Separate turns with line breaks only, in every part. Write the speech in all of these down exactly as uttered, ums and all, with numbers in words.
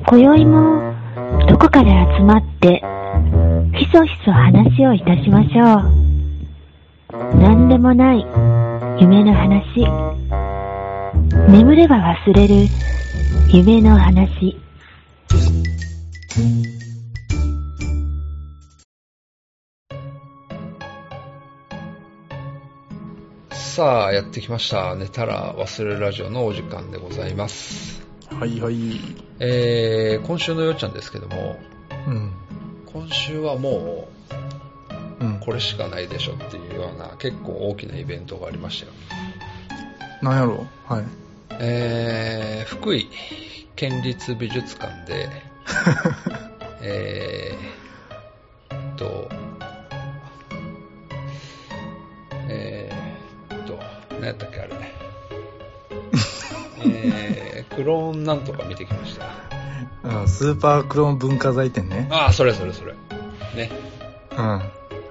今宵もどこかで集まってひそひそ話をいたしましょう。何でもない夢の話、眠れば忘れる夢の話。
さあやってきました。寝たら忘れるラジオのお時間でございます。
はいはい。
えー、今週のよっちゃんですけども、
うん、
今週はもう、
うん、
これしかないでしょっていうような結構大きなイベントがありましたよ。
なんやろう。はい。
えー、福井県立美術館でえーっとえーっと何やったっけあれえー、クローンなんとか見てきました。
あ、スーパークローン文化財展ね。
ああ、それそれそれね。
うん、はい、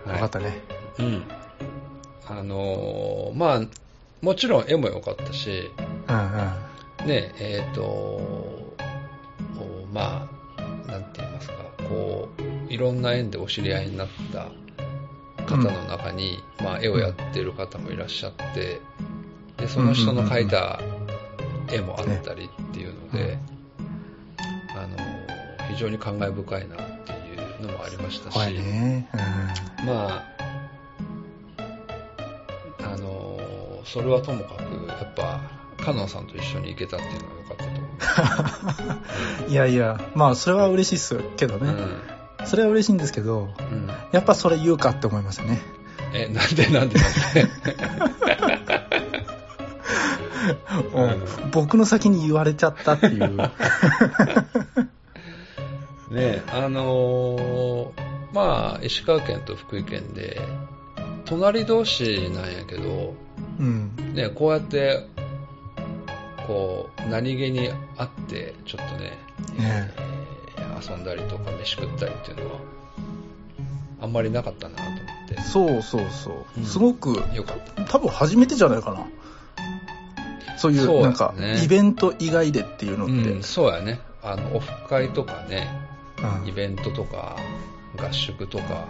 分かったね。
うん。あのー、まあもちろん絵も良かったし、
うんうん、
ねえー、っとまあなんて言いますか、こういろんな縁でお知り合いになった方の中に、うん、まあ絵をやってる方もいらっしゃって、でその人の描いた絵もあったりっていうので、ね、あの非常に感慨深いなっていうのもありましたし、
ね、うん、
まああのそれはともかくやっぱカノンさんと一緒に行けたっていうのは良かったと思う。い
やいや、まあそれは嬉しいっすけどね、うん、それは嬉しいんですけど、うん、やっぱそれ言うかって思いましたね。
え、なんでなんでなんで
うん、僕の先に言われちゃったっていうね
え、あのー、まあ石川県と福井県で隣同士なんやけど、うん、ね、こうやってこう何気に会ってちょっとね、ねえー、遊んだりとか飯食ったりっていうのはあんまりなかったなと思って。
そうそうそう、うん、すごく
よかった。
多分初めてじゃないかな、そういう、そう、ね、なんかイベント以外でっていうのって、
うん、そうやね。あのオフ会とかね、うん、イベントとか合宿とか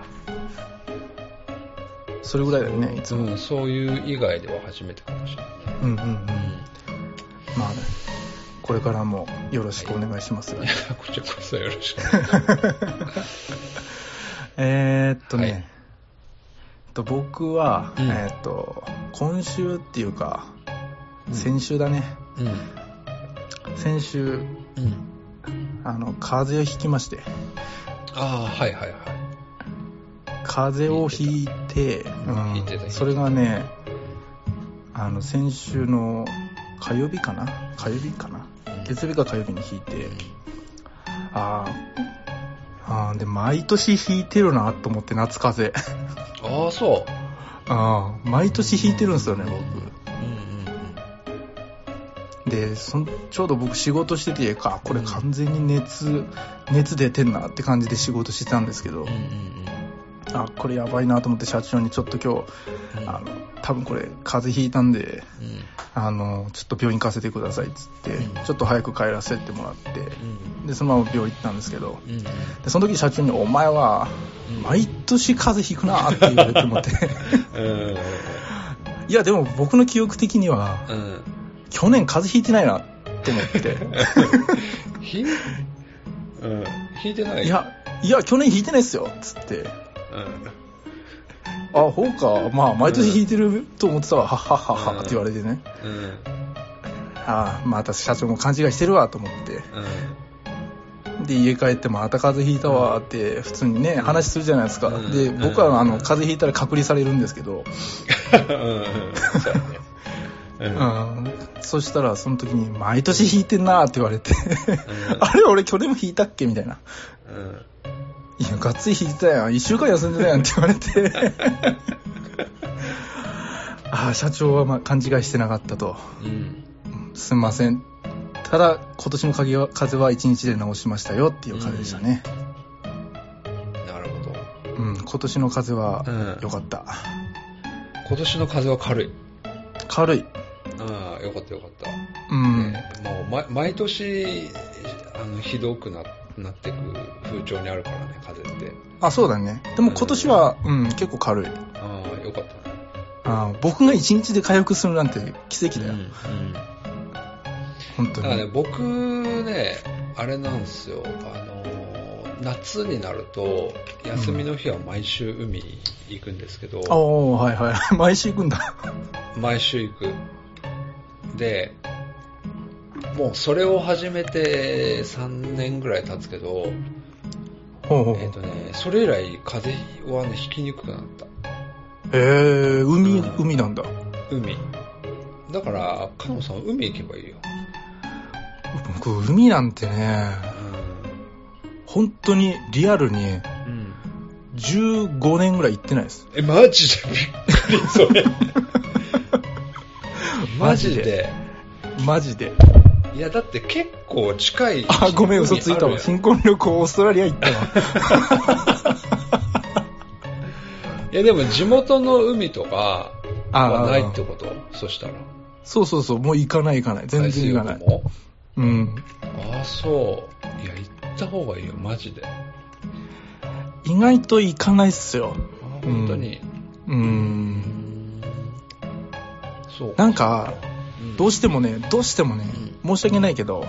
それぐらいだよね、いつも、
うん、そういう以外では初めてかもしれないね。うんうんうん、うん、
まあね、これからもよろしくお願いします、はい、
いやこちらこそよろしくお願いします
えーっとね、はい、と僕は、うん、えーっと今週っていうか、うん、先週だね、うん、先週、うん、あの風邪をひきまして。
ああ、はいはいはい。
風邪をひいて、うん、それがね、あの先週の火曜日かな火曜日かな、うん、月曜日か火曜日にひいて、ああで毎年ひいてるなと思って、夏風邪
ああそう、
あ毎年ひいてるんですよね僕、うんうんうん、でそちょうど僕仕事しててか、これ完全に熱、うん、熱出てんなって感じで仕事してたんですけど、うんうんうん、あこれやばいなと思って社長にちょっと今日、うん、あの多分これ風邪ひいたんで、うん、あのちょっと病院行かせてくださいっつって、うん、ちょっと早く帰らせてもらって、うん、でそのまま病院行ったんですけど、うん、でその時社長にお前は毎年風邪ひくなって言われてもって、うん、いやでも僕の記憶的には、うん、去年風邪ひいてないなって思って
ひ、うん、ひいてない、
いやいや去年ひいてないっすよっつって、うん、あ、ほうか、まあ毎年弾いてると思ってたわ、うん、はっはっはっはって言われてね、うん、ああまた社長も勘違いしてるわと思って、うん、で家帰ってまた風邪ひいたわって普通にね、うん、話するじゃないですか、うん、で僕はあの風邪ひいたら隔離されるんですけど、うんうん、そしたらその時に毎年弾いてんなって言われて、うん、あれ俺去年も弾いたっけみたいな、うんいやがっつり弾いてたやん、いっしゅうかん休んでたやんって言われてああ社長はまあ勘違いしてなかったと、うん、すんません、ただ今年の風邪はいちにちで治しましたよっていう風邪でしたね、
うん、なるほど、
うん、今年の風邪は良かった、うん、
今年の風邪は軽い
軽い、
ああよかったよかった、うんね、もう、ま、毎年あのひどく な, なっていく風潮にあるからね、風邪って。
あ、そうだね。でも今年は、うん、うん、結構軽い。
ああ、よかったね。
あ、僕が一日で回復するなんて奇跡だよ。うん、うん、本当に。
だからね、僕ね、あれなんですよ、あの夏になると休みの日は毎週海行くんですけど、うん、
おー、はいはい、毎週行くんだ。
毎週行く。で、もうそれを始めてさんねんぐらい経つけど、
ほうほう、
えっとね、それ以来風邪はね、ひきにくくなった。
へえ、海、うん、海なんだ。
海。だから、カノさん海行けばいいよ。
僕、海なんてね、うん、本当にリアルに、うん、じゅうごねんぐらい行ってないです。
え、マジでびっくり、それ。マジで
マジで。
いや、だって結構近い。
あ、ごめん、嘘ついたわ。新婚旅行オーストラリア行ったわ。
いや、でも地元の海とかはないってこと？そしたら。
そうそうそう、もう行かない行かない。全然行かない。もうん。
ああ、そう。いや、行った方がいいよ、マジで。
意外と行かないっすよ。
あ、本当に。
うーん。そう。なんか、うん、どうしてもね、どうしてもね、うん、申し訳ないけど、うん、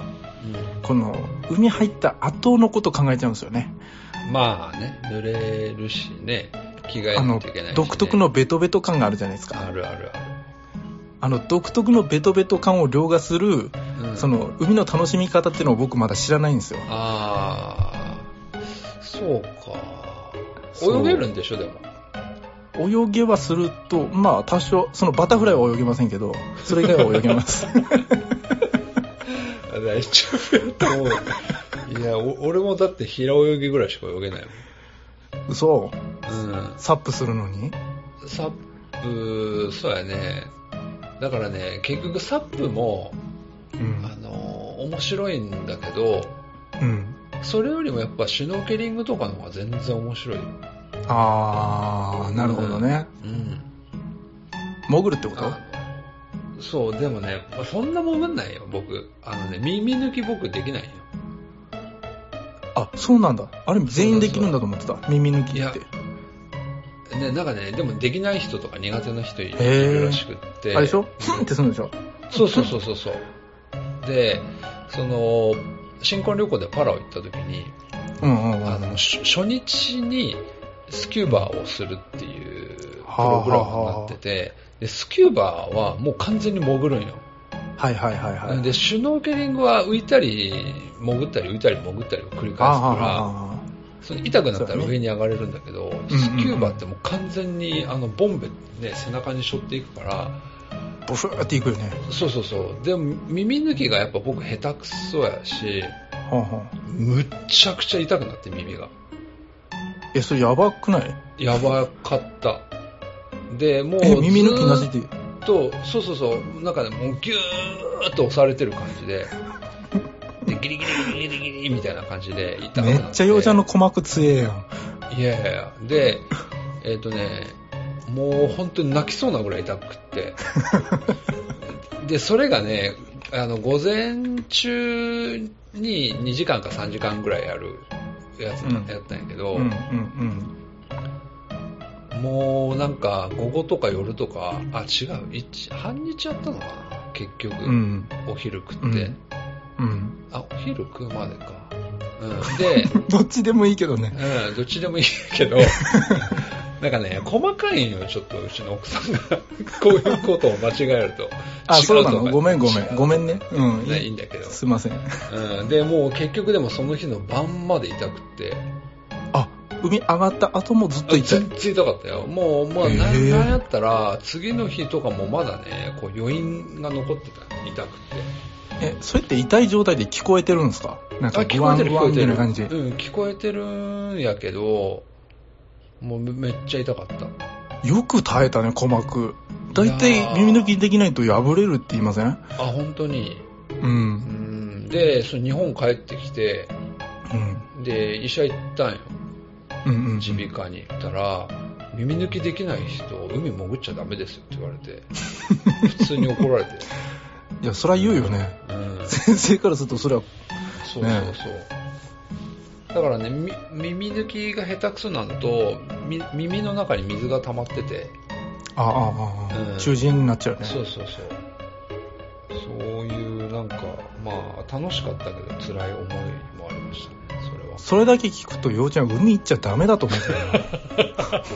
この海入った後のこと考えちゃうんですよね。
まあね、濡れるしね、着替えないといけないし、ね、
あの独特のベトベト感があるじゃないですか。
あるあるある。
あの独特のベトベト感を凌駕する、うん、その海の楽しみ方っていうのを僕まだ知らないんですよ。
ああ、そうか。泳げるんでしょ、でも。
泳げはすると、まあ多少、そのバタフライは泳げませんけど、それ以外は泳げます。
大丈夫だと思う。いや、俺もだって平泳ぎぐらいしか泳げないもん。
嘘？
うん。
サップするのに？
サップ、そうやね。だからね、結局サップも、うん、あの、面白いんだけど、うん、それよりもやっぱシュノーケリングとかの方が全然面白いよ。
あー、なるほどね。うん。潜るってこと？
そう、でもね、そんな潜んないよ、僕。あのね、耳抜き僕できないよ。
あ、そうなんだ。あれ全員できるんだと思ってた。耳抜きって。いや、
ね、なんかね、でもできない人とか苦手な人いるらしくって。
あれでしょ？ふんってするんでしょ？
そうそうそうそうそう。で、その、新婚旅行でパラオ行った時に、うんうんうん、あの初日にスキューバーをするっていうプログラムになってて、でスキューバーはもう完全に潜るんよ。
はいはいはいはい。
でシュノーケリングは浮いたり潜ったり浮いたり潜ったりを繰り返すから、その痛くなったら上に上がれるんだけど、スキューバーってもう完全にあのボンベね背中に背負っていくから。
ボフーっていくよね。
そうそうそう。でも耳抜きがやっぱ僕下手くそやし、はあはあ、むっちゃくちゃ痛くなって耳が。
え、それやばくない？
やばかった。で、もう
え、耳抜きなしで
と、そうそうそう、なんかね、もうギューッと押されてる感じで、でギリギリギリギリギリみたいな感じで痛くなって。
めっちゃ洋ちゃんの鼓膜強えやん。
いやいやいや。で、えっとね、もう本当に泣きそうなぐらい痛くってでそれがねあの午前中ににじかんかさんじかんぐらいやるやつ、うん、やったんやけど、うんうんうん、もうなんか午後とか夜とかあ違う半日やったのかな結局、うん、お昼食って、うんうん、あお昼食うまでか、うん、で
どっちでもいいけどね、
うん、どっちでもいいけどなんかね、細かいのよ、ちょっとうちの奥さんがこういうことを間違えると。
あ、そうなの？ごめんごめん。ごめんね。うん。
ね、いいんだけど。
すいません。
うん。で、もう結局でもその日の晩まで痛くって。
あ、海上がった後もずっと痛い？
全然痛かったよ。もう、まあ、なんやったら、次の日とかもまだね、こう余韻が残ってた。痛くて。
え、それって痛い状態で聞こえてるんですか？なんか
聞こえてる聞こえてる。
みたいな感じ。
うん、聞こえてるんやけど、もうめっちゃ痛かった。
よく耐えたね、鼓膜。だいたい耳抜きできないと破れるって言いません？あ、
本当に。うん。うん、で、その日本帰ってきて、うん、で、医者行ったんよ。耳鼻科に行ったら、耳抜きできない人、海潜っちゃダメですよって言われて、普通に怒られて。
いや、そりゃ言うよね。うん、先生からするとそれは
そうそうそう。ね、だからね、耳抜きが下手くそなのと、耳の中に水が溜まってて。
ああ、ああ、うん、中耳炎になっちゃうね。
そうそうそう。そういうなんか、まあ、楽しかったけど辛い思いもありましたね、それは。
それだけ聞くと、ようちゃん、海行っちゃダメだと思ってる
確かに。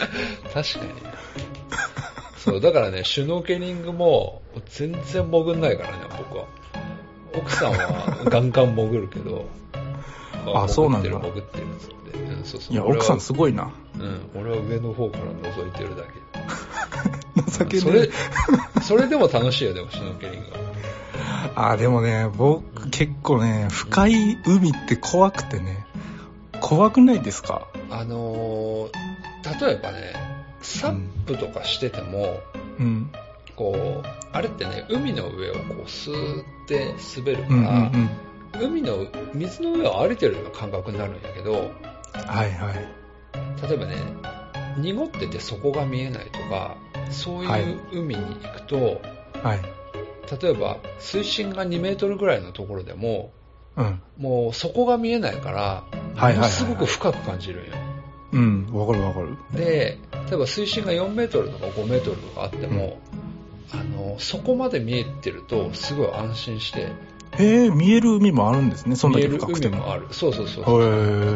そう、だからね、シュノーケリングも全然潜んないからね、僕は。奥さんはガンガン潜るけど、
あ、そうなんだ。
潜ってる、潜ってるっつって。うん、そうそう。
いや、奥さんすごいな。
うん、俺は上の方から覗いてるだけ。
情けねえ。
それ、それでも楽しいよ、でも、シュノーケリングは。
あ、でもね、僕、結構ね、深い海って怖くてね、怖くないですか？
あのー、例えばね、サップとかしてても、うん、こう、あれってね、海の上をこう、スーって滑るから、うんうんうん、海の、水の上を歩いてるような感覚になるんやけど、
はいはい。
例えばね、濁ってて底が見えないとか、そういう海に行くと、はい、例えば水深がにメートルぐらいのところでも、うん、もう底が見えないから、ものすごく深く感じるんよ。
うん、わかるわかる。
で、例えば水深がよんメートルとかごメートルとかあっても、うん、あの、そこまで見えてるとすごい安心して。
へえ、見える海もあるんですね、そんなに深くても。
見える海もある。そうそうそうそう。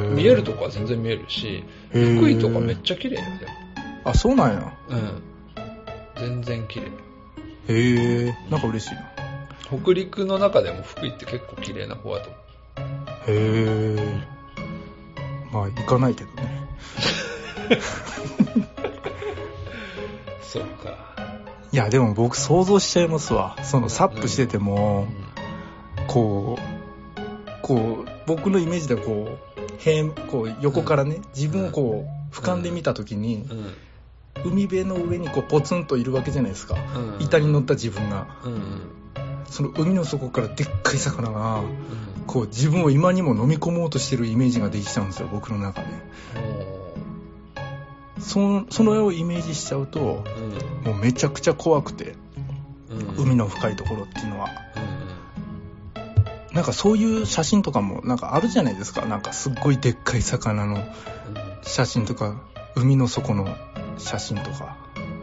見えるとこは全然見えるし、福井とかめっちゃ綺麗よ、でも。
あ、そうなんや。
うん。全然綺麗。
へえ、なんか嬉しいな。
北陸の中でも福井って結構綺麗な方だと思う。
へえ。まあ、行かないけどね。
そうか。
いや、でも僕想像しちゃいますわ。そのサップしてても、うん、こう、こう、僕のイメージではこう、変、こう、横からね、自分をこう、俯瞰で見たときに、うんうん海辺の上にこうポツンといるわけじゃないですか、うんうん、板に乗った自分が、うんうん、その海の底からでっかい魚が、うん、こう自分を今にも飲み込もうとしてるイメージができちゃうんですよ、僕の中で。その、その絵をイメージしちゃうと、うん、もうめちゃくちゃ怖くて、うん、海の深いところっていうのは、うん、なんかそういう写真とかもなんかあるじゃないですか。なんかすっごいでっかい魚の写真とか、海の底の写真とか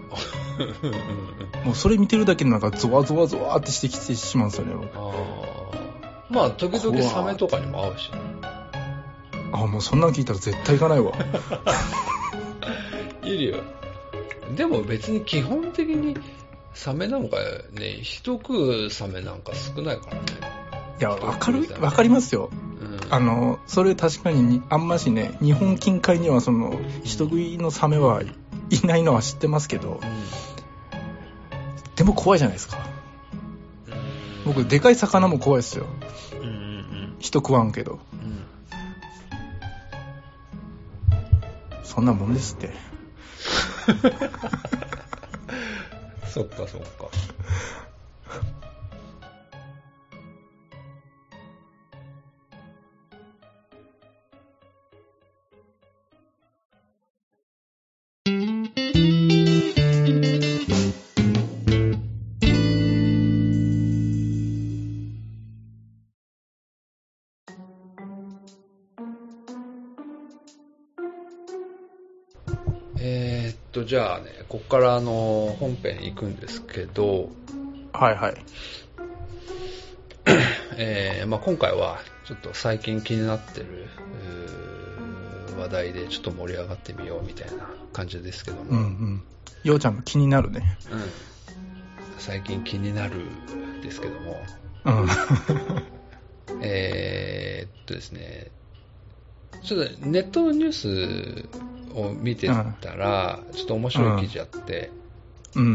もうそれ見てるだけでなんかゾワゾワゾワってしてきてしまうんですよね。
あまあ時々サメとかにも合うし、ね、
あもうそんなん聞いたら絶対行かないわ
いるよ。でも別に基本的にサメなんかね、人食うサメなんか少ないからね。
いやわかるわかりますよ、うん、あのそれ確かにあんましね、日本近海にはその人食いのサメはいないのは知ってますけど、うん、でも怖いじゃないですか、うん、僕でかい魚も怖いですよ、うんうんうん、人食わんけど、うん、そんなもんですって
そっかそっか。えー、っとじゃあね、ここからあの本編行くんですけど、
はいはい。
えーまあ、今回はちょっと最近気になってる話題でちょっと盛り上がってみようみたいな感じですけども、
うんうん、ようちゃんも気になるね、
うん、最近気になるですけども、うん、えーっとですね、ちょっとネットのニュースを見てたら、うん、ちょっと面白い記事あって、うんうん、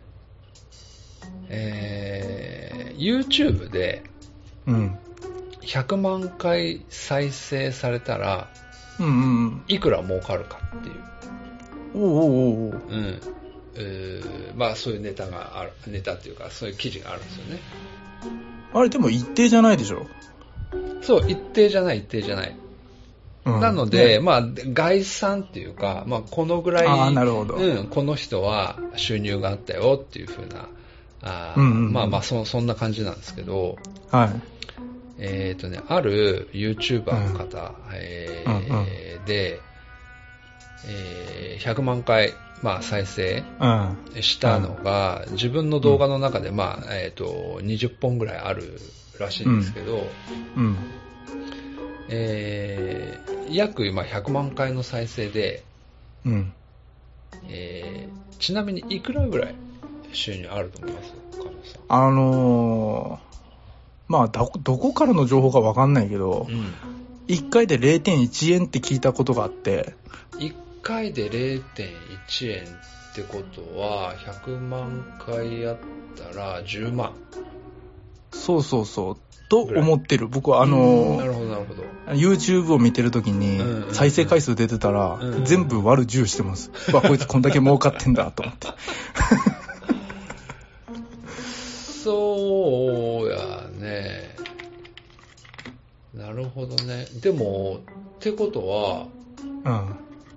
えー、YouTube でひゃくまんかい再生されたら、うんうんうん、いくら儲かるかっていう、
おうおうおう、
うん、えー、まあそういうネタがある、ネタっていうかそういう記事があるんですよね。
あれでも一定じゃないでしょ。
そう、一定じゃない、一定じゃない。うん、なので、ね、まあ、概算っていうか、まあ、このぐらい、
あ、なるほど、
うん、この人は収入があったよっていう風な、あ、うんうんうん、まあまあそ、そんな感じなんですけど、はい。 えっ、ー、とね、ある YouTuber の方、うんえーうんうん、で、えー、ひゃくまんかい、まあ、再生したのが、うん、自分の動画の中で、まあえー、とにじゅっぽんぐらいあるらしいんですけど、うんうんえー、約今ひゃくまんかいの再生で、うんえー、ちなみにいくらぐらい収入あると思います？加納さん。
あのー、まあど、どこからの情報かわかんないけど、うん、いっかいで れいてんいちえんって聞いたことがあって、
いっかいで れいてんいちえんってことはひゃくまんかいやったらじゅうまん。
そうそうそうと思ってる。僕はあのー、
なるほどなるほど。
YouTube を見てるときに再生回数出てたら、うんうん、全部割るじゅうしてます。うわこいつこんだけ儲かってんだと思って。
そうやね。なるほどね。でもってことは、うん、あ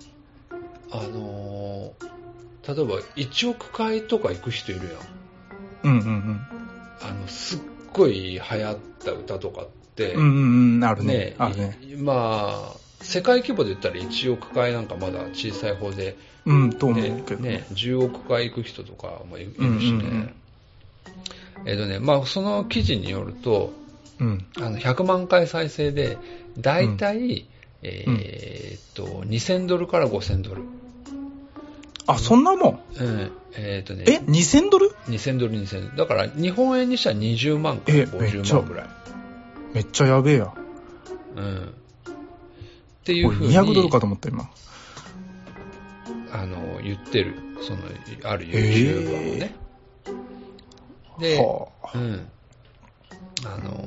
のー、例えばいちおくかいとか行く人いるやん。うんうんうん。あのすっごい流行った歌とかって、うんうんうん、あるね。ねあるね。まあ世界規模で言ったらいちおくかいなんかまだ小さい方で、
うんと思うけど
ね、じゅうおくかい行く人とかもいるしね。うんうんうんえっとね、まあその記事によると、うん、あのひゃくまんかい再生でだいたい、うんえー、っとにせんドルからごせんドル。
あ、そんなもん。
うん。えー、っとね。
え、にせんドル？
にせんドルにせんドル。だから日本円にしたらにじゅうまんからごじゅうまんぐらい。
めっちゃやべえや。
うん。っていうふうに。
にひゃくドルかと思った今。
あの言ってるそのある YouTuber もね。で、はあ、うん。あの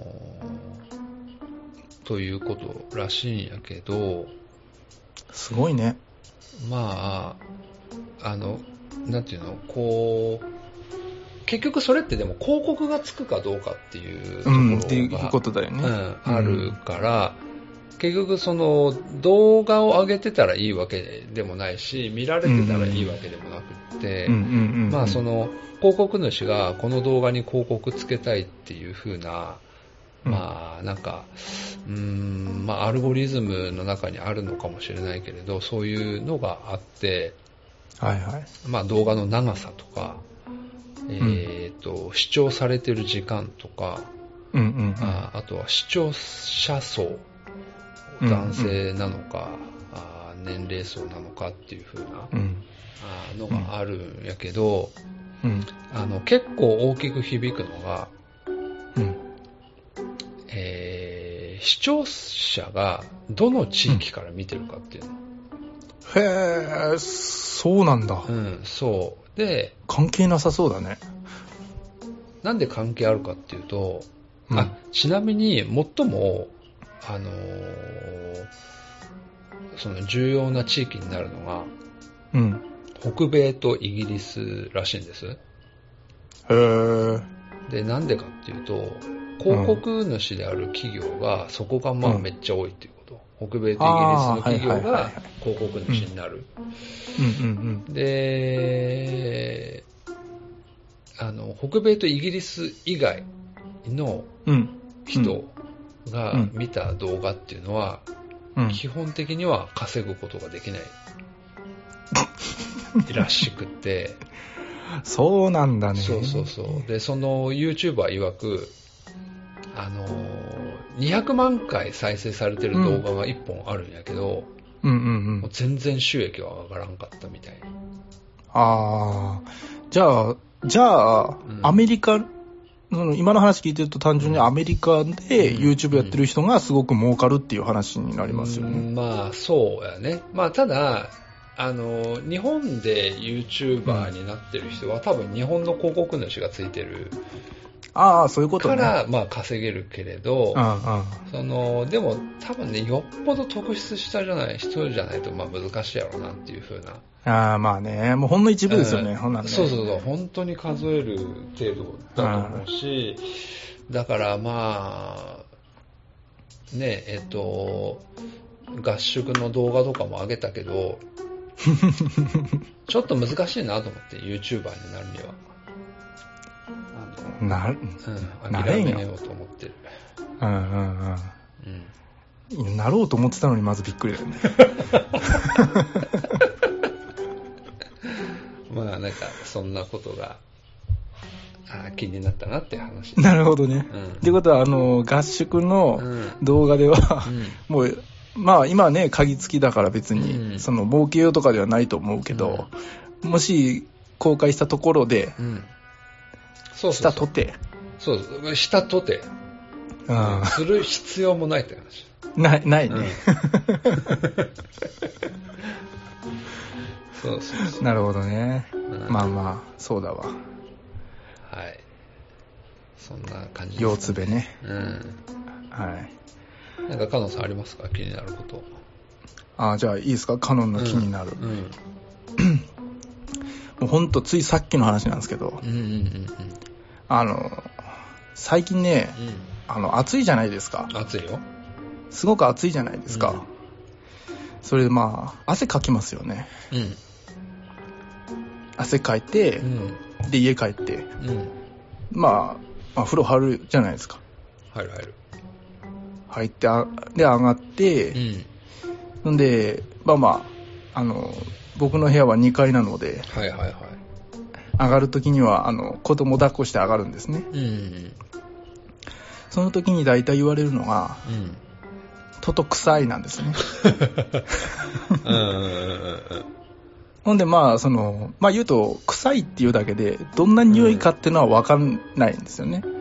ー、ということらしいんやけど、
すごいね。
まあ、あの、なんていうの、こう、結局それってでも広告がつくかどうかっていうところが、うん、っていうことだよね。うん、あるから、うん、結局その動画を上げてたらいいわけでもないし、見られてたらいいわけでもなくって、まあその、広告主がこの動画に広告つけたいっていう風な、まあなんか、うーん、まあアルゴリズムの中にあるのかもしれないけれど、そういうのがあって、はいはい。まあ動画の長さとか、えっと、視聴されてる時間とか、うんうんうん、あ, あとは視聴者層、男性なのか、うんうん、年齢層なのかっていう風な、うん、あのがあるんやけど、うん、あの結構大きく響くのが、うんえー、視聴者がどの地域から見てるかっていうの、うん、
へー、そうなんだ。
うん、そうで
関係なさそうだね。
なんで関係あるかっていうと、うん、あちなみに最もあのー、その重要な地域になるのが、うん、北米とイギリスらしいんです。へー。で、なんでかっていうと、広告主である企業がそこがまあめっちゃ多いっていうこと。うん、北米とイギリスの企業が広告主になる。で、あの北米とイギリス以外の人が見た動画っていうのは、うん、基本的には稼ぐことができないらしくて。
そうなんだね。
そうそうそう。で、その YouTuber 曰く、あのにひゃくまんかい再生されてる動画がいっぽんあるんやけど、うんうんうんうん、もう全然収益は上がらんかったみたいな。
ああ、じゃあじゃあ、うん、アメリカ今の話聞いてると単純にアメリカで YouTube やってる人がすごく儲かるっていう話になりますよね。
うんうん、まあそうやね。まあただあの日本で YouTuber になってる人は、うん、多分日本の広告主がついてる。
ああ、そういうことね。
から、まあ、稼げるけれど、うんうん、その、でも、多分ね、よっぽど特筆したじゃない、人じゃないと、まあ、難しいやろうなっていう風な。
ああ、まあね、もうほんの一部ですよね、うん、ほんなんね。
そうそうそう、本当に数える程度だと思うし、うん、だから、まあ、ね、えっと、合宿の動画とかも上げたけど、ちょっと難しいなと思って、YouTuber になるには。
な、
うん、諦めようと思ってる。
うんうんうん。なろうと思ってたのにまずびっくりだよね。
まあなんかそんなことがあ気になったなっていう話。
なるほどね。
うん、
っていうことはあの合宿の動画では、うん、もうまあ今ね鍵付きだから別に、うん、その儲けようとかではないと思うけど、うん、もし公開したところで、うん、そうそうそうしたとて
そうしたとて、うん、する必要もないって話。
ないないね。うん、
そうそうそう。
なるほどね。うん、まあまあそうだわ。
はい。そんな感じです、ね。
腰つべね。
うん。
はい。
なんかカノンさんありますか、気になること。
あ、じゃあいいですか、カノンの気になる。うん。うん、もうほんとついさっきの話なんですけど、うんうんうんうん、あの最近ね、うん、あの暑いじゃないですか。
暑いよ。
すごく暑いじゃないですか。うん、それでまあ汗かきますよね。うん。汗かいて、うん、で家帰って、うん、まあ、まあ風呂入るじゃないですか。
入る入る。
入ってあで上がって、うん、んでまあまああの僕の部屋はにかいなので、はいはいはい、上がるときにはあの子供抱っこして上がるんですね。うんうん、その時に大体言われるのが、うん、とと臭いなんですね。うんうんうんうん、ほんでまあそのまあ言うと臭いっていうだけでどんな匂いかっていうのは分かんないんですよね。うん、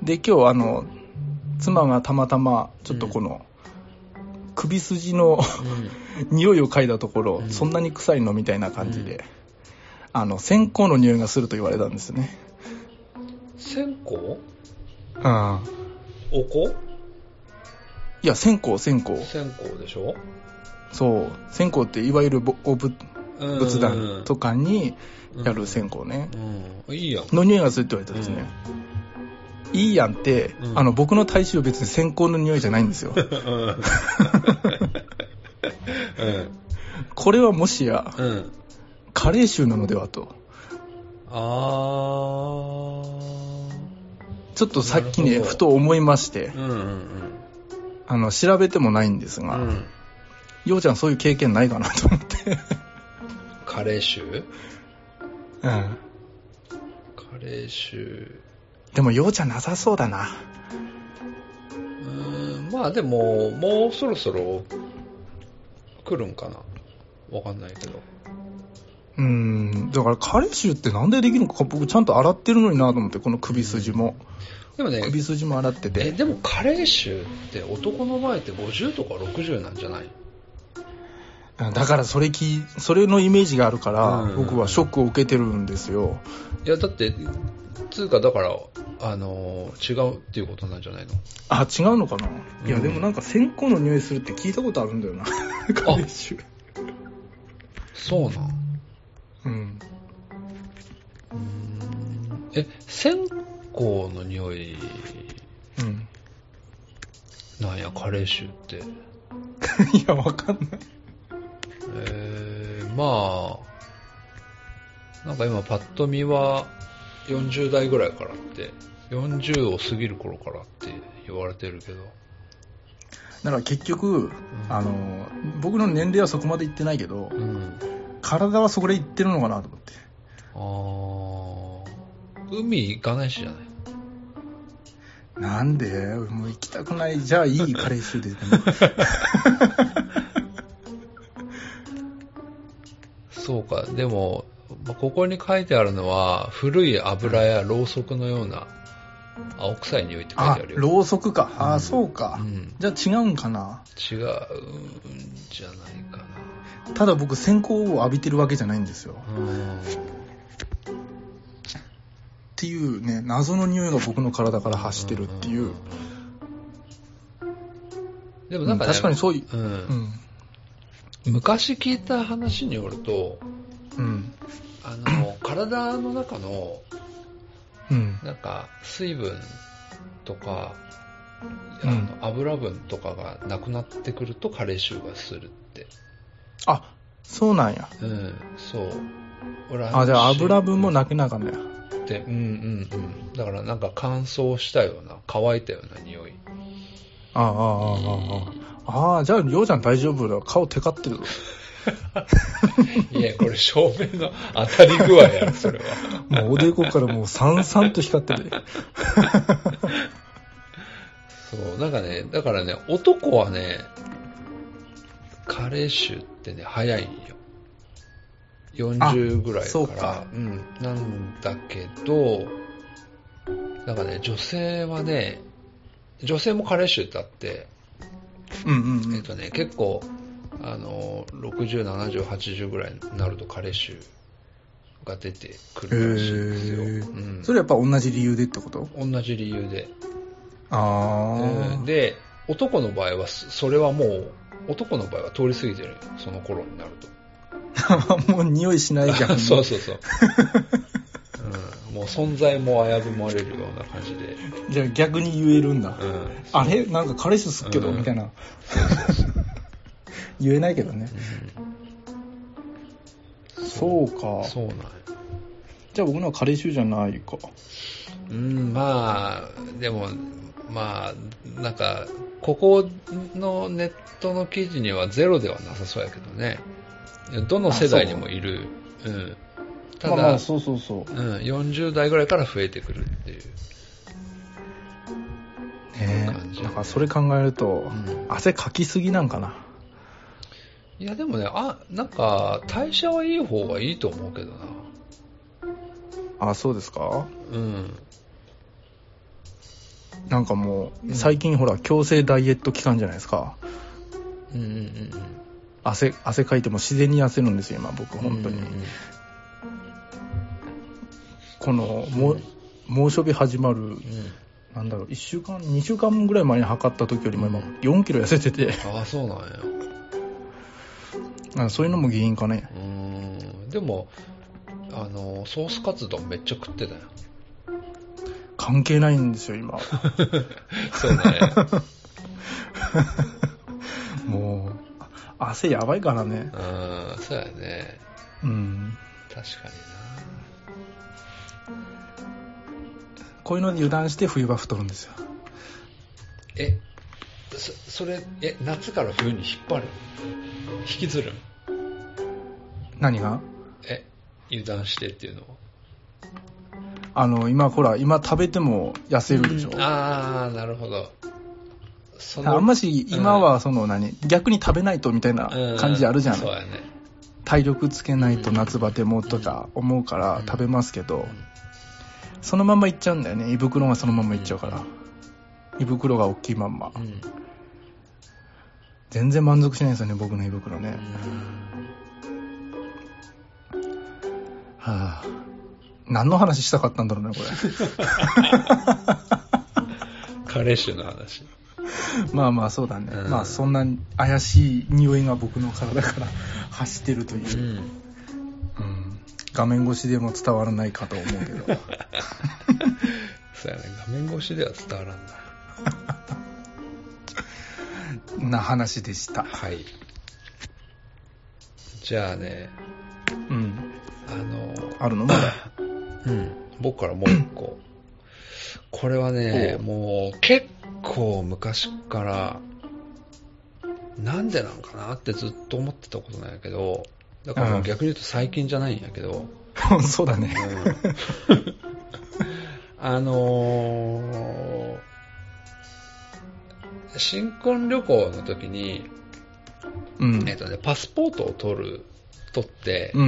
で今日あの妻がたまたまちょっとこの首筋の、うん、匂いを嗅いだところ、うん、そんなに臭いのみたいな感じで、うん、あの線香の匂いがすると言われたんですね。
線香？
うん。
お香？
いや線香線香。
線香でしょ？そう
線香っていわゆるおぶ仏壇とかにやる線香ね、うんうん、いいやんの匂いがするって言われたんですね。うん、いいやんって、うん、あの僕の体臭は別に線香の匂いじゃないんですよ。うん、これはもしや、うん、加齢臭なのではと。あちょっとさっきねふと思いまして、うんうんうん、あの調べてもないんですが、うん、ようちゃんそういう経験ないかなと思って。
加齢臭？うん。加齢臭。
でもようちゃんなさそうだな。
うーん、まあでももうそろそろ来るんかな。わかんないけど。
うーん、だから加齢臭ってなんでできるのか僕ちゃんと洗ってるのになと思って、この首筋も。
でもね、
首筋も洗ってて。
えでも加齢臭って男の場合ってごじゅうとかろくじゅうなんじゃない？
だからそれきそれのイメージがあるから、うん、僕はショックを受けてるんですよ。
いやだってつうかだからあの違うっていうことなんじゃないの？
あ違うのかな、うん、いやでもなんか線香の匂いするって聞いたことあるんだよな。加齢臭。
そうなん。
うん。うん
え線香の匂い、うん、なんや加齢臭って。
いやわかんない。
えー、まあなんか今パッと見はよんじゅう代ぐらいからってよんじゅうを過ぎる頃からって言われてるけど、
だから結局、うん、あの僕の年齢はそこまでいってないけど、うん、体はそこでいってるのかなと思って。
あー海行かないしじゃない？
なんでもう行きたくない。じゃあいい加齢臭ででも
そうか。でもここに書いてあるのは古い油やろうそくのような青臭い匂いって書いてあるよ。
あ、ろうそくか。あ、うん、そうか、うん、じゃあ違うんかな。
違うんじゃないかな。
ただ僕線香を浴びてるわけじゃないんですよ。うんっていうね、謎の匂いが僕の体から発してるっていう。
でもなんかね、
うん、確かにそういう、
うんうん、昔聞いた話によると、うん、あの体の中の、うん、なんか水分とか、うん、あの油分とかがなくなってくると加齢臭がするって。
あ、そうなんや。
うん、そう。俺
あ、じゃあ油分もなくなかんねや。
で、うんうんうん。だからなんか乾燥したような、乾いたような匂い。
ああ、ああ、ああ。ああ、じゃあ、りょうちゃん大丈夫だ。顔テカってるぞ。
いや、これ照明の当たり具合やろ、それは。
もうおでこからもうサンサンと光ってる。
そう、なんかね、だからね、男はね、加齢臭ってね、早いんよ。よんじゅうぐらいから。
そうか。
うん。なんだけど、なんかね、女性はね、女性も加齢臭ってあって、
うんうんうん。
えっとね、結構、あの、ろくじゅう、ななじゅう、はちじゅうぐらいになると加齢臭が出てくるらしいんですよ。
へー
うん、
それやっぱ同じ理由でってこと？
同じ理由で。
ああ、
うん、で、男の場合は、それはもう、男の場合は通り過ぎてるよ、その頃になると。
もう匂いしないじゃん。
そうそうそう。うん、もう存在も危ぶまれるような感じで。
じゃあ逆に言えるんだ。
うん、
あれなんか彼氏すっけど、
うん、
みたいな。
そうそうそう
言えないけどね。
うん、
そうか。
そうなんや。
じゃあ僕のは彼氏じゃないか。
うん、まあ、でも、まあ、なんか、ここのネットの記事にはゼロではなさそうやけどね。どの世代にもいる。うん。ただ、
まあまあ、そうそうそう。
うん、よんじゅう代ぐらいから増えてくるっていう。
ね
感じ
え。だからそれ考えると、
うん、
汗かきすぎなんかな。
いや、でもね、あ、なんか、代謝はいい方がいいと思うけどな。
あ、そうですか？
うん。
なんかもう、最近ほら、強制ダイエット期間じゃないですか。
うんうんうんうん。
汗、汗かいても自然に痩せるんですよ、今、僕、本当に。
うんうんうん、
この、も、猛暑日始まる、
うん、
なんだろう、いっしゅうかん、にしゅうかんぐらい前に測った時よりも今、よんキロ痩せてて。
ああ、そうなんや。
あ、そういうのも原因かね。
うーん。でも、あの、ソースカツ丼めっちゃ食ってたよ。
関係ないんですよ、今。
そうね。
もう、汗やばいからね。
うん、そうやね。
うん。
確かにな。
こういうので油断して冬場太るんですよ。
え、そ、それ、え、夏から冬に引っ張る？引きずる？
何が？
え、油断してっていうのは？
あの、今、ほら、今食べても痩せるでしょ。
うん、あー、なるほど。そ
あんまし、今は、その何、うん、逆に食べないとみたいな感じあるじゃない、うん、
そうやね。
体力つけないと夏バテもとか思うから食べますけど、うん、そのままいっちゃうんだよね。胃袋がそのままいっちゃうから。うん、胃袋が大きいまんま。うん、全然満足しないんですよね、僕の胃袋ね。うん、はぁ、あ。何の話したかったんだろうね、これ。
彼氏の話。
まあまあそうだね、うん、まあそんな怪しい匂いが僕の体から走ってるという、うんうん、画面越しでも伝わらないかと思うけど
そうやね、画面越しでは伝わらんな
な話でした。
はい。じゃあね、
うん、
あの
あるのまだ
うん、僕からもう一個。これはね、もう結構昔からなんでなんかなってずっと思ってたことなんやけど、だから逆に言うと最近じゃないんやけど、
うん、そうだね、
うん、あのー、新婚旅行の時に、うん、えっとね、パスポートを取る取って、
うんうんうん、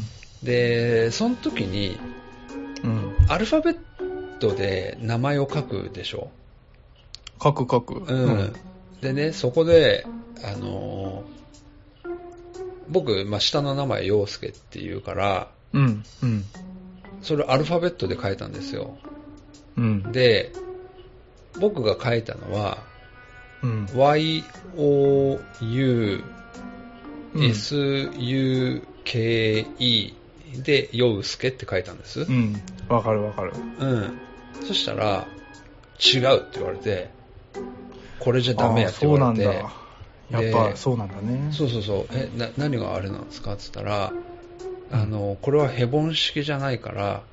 でその時に、うん、アルファベットで名前を書くでしょ。
書く書く。
うん。うん、でね、そこで、あのー、僕、まあ、下の名前陽介っていうから、
うんうん。
それをアルファベットで書いたんですよ。
うん。
で、僕が書いたのは、
うん、
ワイオーユーエスユーケーイー で陽介って書いたんです。
うん。わかるわかる。
うん。そしたら、違うって言われて、これじゃダメやって言われて。
そうなんだ。やっぱそうなんだね。
そうそうそう。え、な、何があれなんですかって言ったら、うん、あの、これはヘボン式じゃないから、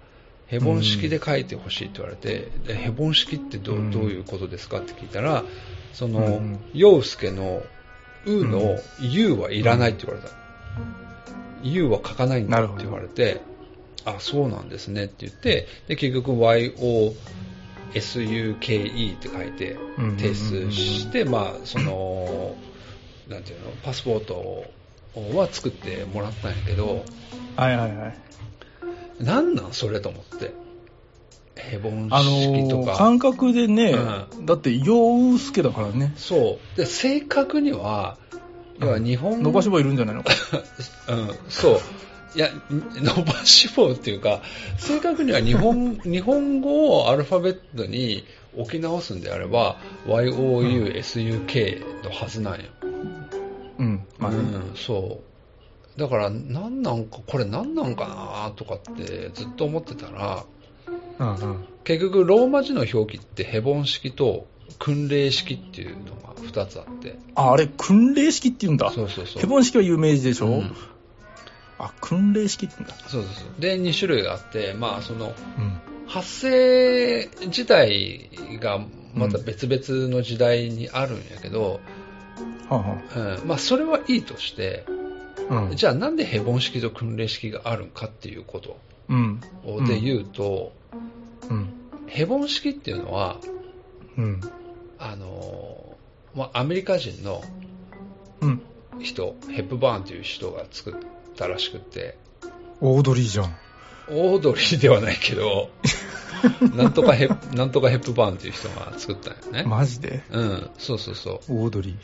ヘボン式で書いてほしいって言われて、でヘボン式ってど う,、うん、どういうことですかって聞いたら、その、うん、陽介のうの U はいらないって言われた。うん、U は書かないんだって言われて、あ、そうなんですねって言って、で結局 ワイオーエスユーケーイー って書いて提出して、まあそのなんていうの、パスポートは作ってもらったんやけど、
はいはいはい。
なんなんそれと思って、ヘボン式とか、
あのー、感覚でね、うん、だって陽介だからね。
そうで、正確には要は日本、
伸ばし棒いるんじゃないのか。
うんそういや伸ばし棒っていうか、正確には日本日本語をアルファベットに置き直すんであれば ワイオーユーエスユーケー のはずなんよ。
うん、まあね、
うん、そうだからなんなんかこれなんなんかなとかってずっと思ってたら、うんうん、結局ローマ字の表記ってヘボン式と訓令式っていうのがふたつあって、
ああれ訓令式って言うんだ。
そうそうそう、
ヘボン式は有名でしょ、うん、あ、訓令式って言うんだ。
そうそうそう。でに種類があって、まあその、うん、発声自体がまた別々の時代にあるんやけど、うんはうん、まあそれはいいとして、うん、じゃあなんでヘボン式と訓令式があるんかっていうことで言うと、うんうん、ヘボン式っていうのは、うん、あのまあアメリカ人の人、うん、ヘップバーンという人が作ったらしくて、
オードリーじゃん。
オードリーではないけどなんとかヘなんとかヘップバーンという人が作ったんよね。
マジで？
うん、そうそうそう。
オードリー。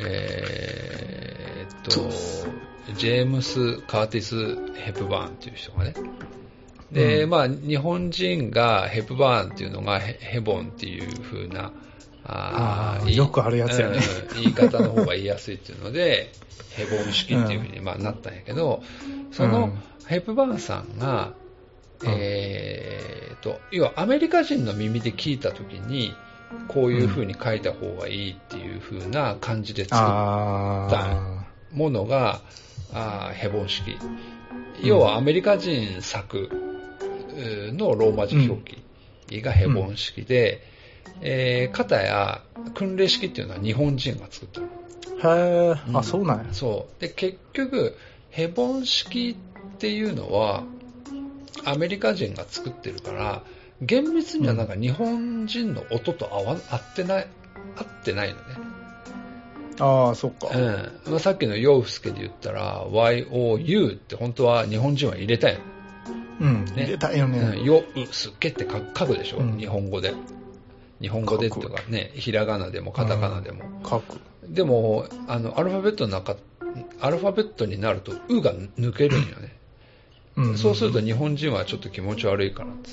えー、っとジェームス・カーティス・ヘップバーンという人がね。で、うん、まあ日本人がヘップバーンっていうのが ヘ, ヘボンっていう風な
ああよくあるやつやね、
うん、言い方の方が言いやすいっていうのでヘボン式っていう風にまあなったんやけど、そのヘップバーンさんが、うん、えー、っと要はアメリカ人の耳で聞いた時にこういう風に書いた方がいいっていう風な感じで作ったものがあヘボン式、要はアメリカ人作のローマ字表記がヘボン式で、うんえー、かたや訓令式っていうのは日本人が作ったの。
へー、うん、あ、そうなんや。
そうで結局ヘボン式っていうのはアメリカ人が作ってるから厳密にはなんか日本人の音と合わ合ってない合ってないのね。
ああ、そっか。
うん。まあ、さっきのヨウフスケで言ったら ワイオーユー って本当は日本人は入れたいの。
うん、ね、入れたいよね。うん、
ヨウスケって書くでしょ、うん、日本語で。日本語でとかね、ひらがなでもカタカナでも。
書く。
でもあのアルファベットの中アルファベットになるとウが抜けるんよね。うん、そうすると日本人はちょっと気持ち悪いからっつって。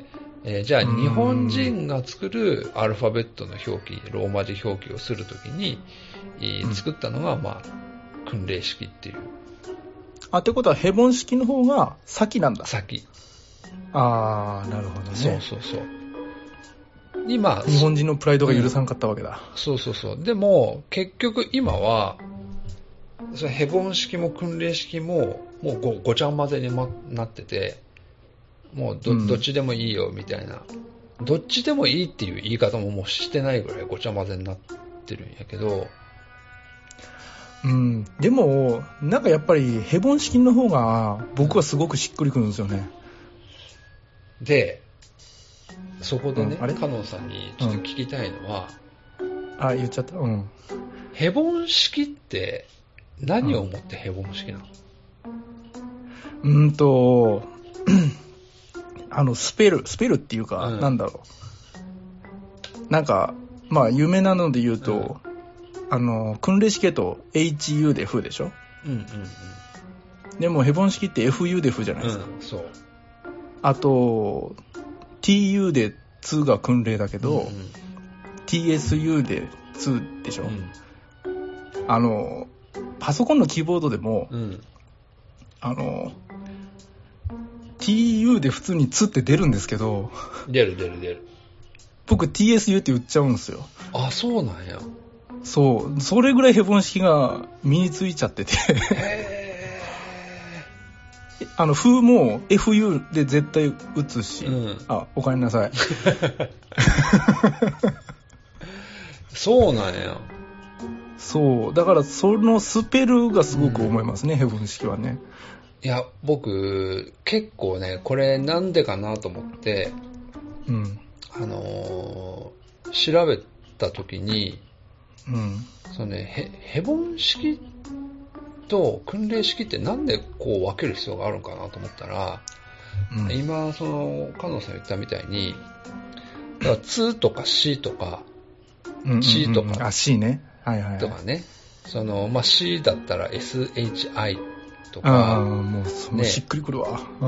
えー、じゃあ日本人が作るアルファベットの表記、ローマ字表記をするときに、えー、作ったのが、まあ、訓令式っていう。
あ、ってことはヘボン式の方が先なんだ。
先。
あー、なるほどね。
そうそうそう。今、
日本人のプライドが許さんかったわけだ。
うん、そうそうそう。でも、結局今は、それヘボン式も訓令式も、もう ご, ごちゃ混ぜになってて、もう ど, どっちでもいいよみたいな、うん、どっちでもいいっていう言い方ももうしてないぐらいごちゃ混ぜになってるんやけど、
うん、でもなんかやっぱりヘボン式の方が僕はすごくしっくりくるんですよね。
でそこでね、うん、カノンさんにちょっと聞きたいのは、
うん、あ、言っちゃった、うん、
ヘボン式って何をもってヘボン式なの？
うん、うんとあのスペルスペルっていうか、うん、なんだろう、なんかまあ有名なので言うと、うん、あの訓令式と エイチユー でフでしょ、うんうんうん、でもヘボン式って エフユー でフじゃないですか、うん、そうあと ティーユー でツーが訓令だけど、うんうん、ティーエスユー でツーでしょ、うん、あのパソコンのキーボードでも、うん、あのティーユー で普通にツって出るんですけど、
出る出る出る。
僕 ティーエスユー って言っちゃうんですよ。
あ、そうなんや。
そう、それぐらいヘボン式が身についちゃってて
へ
あの、風も エフユー で絶対打つし、うん、あ、おかえりなさい。
そうなんや。
そう。だから、そのスペルがすごく思いますね、うん、ヘブン式はね。
いや、僕、結構ね、これなんでかなと思って、うん。あのー、調べたときに、うん。そのね、ヘ、ヘボン式と訓練式ってなんでこう分ける必要があるのかなと思ったら、うん、今、その、カノンさん言ったみたいに、だから、ツとか C とか、C とか、うんうんうん、
あ、C ね。はいはい、はい。
とかね。その、まあ、C だったら エスエイチアイ とか。
ああ、もう、そのしっくりくるわ。うん、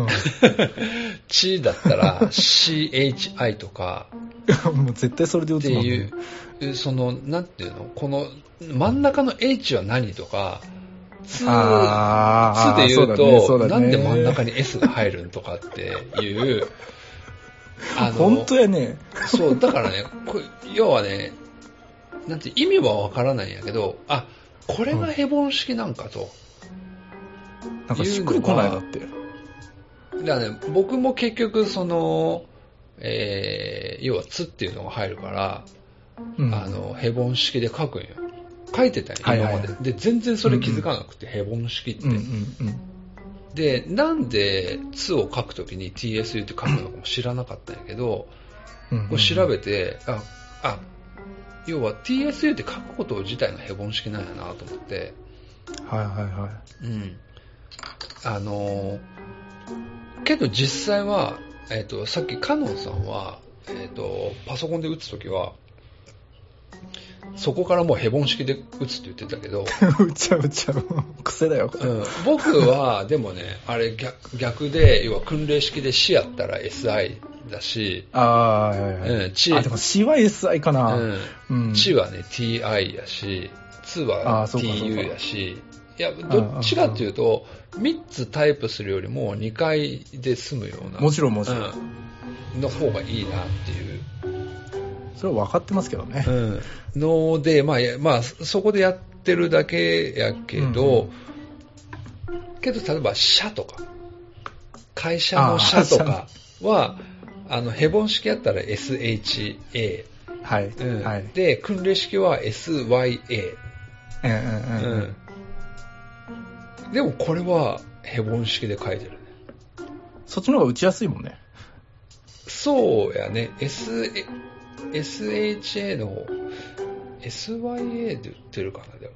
C だったら シーエイチアイ とか。
もう絶対それで打つもんね。
っていう、その、なんていうのこの、真ん中の H は何とか、ツー、
あ
ツーで言うと、
そうだね、
なんで真ん中に S が入るんとかっていう、
あの、本当やね。
そう、だからね、これ要はね、なんて意味はわからないんやけど、あ、これがヘボン式なんかと。
うん、なんかしっくりこないだって。だ
からね、僕も結局その、えー、要はツっていうのが入るから、うん、あの、ヘボン式で書くんよ。書いてたよ、今まで、はいはいはい。で、全然それ気づかなくて、うんうん、ヘボン式って。うんうんうん、で、なんでツを書くときに ティーエスユー って書くのかも知らなかったんやけど、うんうんうん、これ調べて、あ、あ、要は ティーエスユー って書くこと自体がヘボン式なんやなと思って。
はいはいはい。
うん。あの、けど実際は、えっと、さっきカノンさんは、えっと、パソコンで打つときは、そこからもうヘボン式で打つって言ってたけど。
打っちゃう打っちゃう。癖だよ、これ。
うん。僕は、でもね、あれ逆、逆で、要は訓練式で C やったら エスアイ だし。
ああ、はいはいはい。うん、
チ
あ、でも C は エスアイ かな。
うん。チ、うん、はね、ティーアイ やし、ツーは ティーユー やし。いや、どっちかっていうと、みっつタイプするよりもにかいで済むような。
もちろんもちろん。
うん、の方がいいなっていう。
それは分かってますけどね。
うん。ので、まあ、まあ、そこでやってるだけやけど、うん、けど、例えば、社とか、会社の社とかは、あ, あの、ヘボン式やったら エスエイチエー。
はい。
うん
はい、
で、訓練式は エスワイエー。
うんうんうん。うん
でもこれはヘボン式で書いてるね。
そっちの方が打ちやすいもんね。
そうやね。S、エスエイチエー の方、エスワイエー で売ってるかな、でも。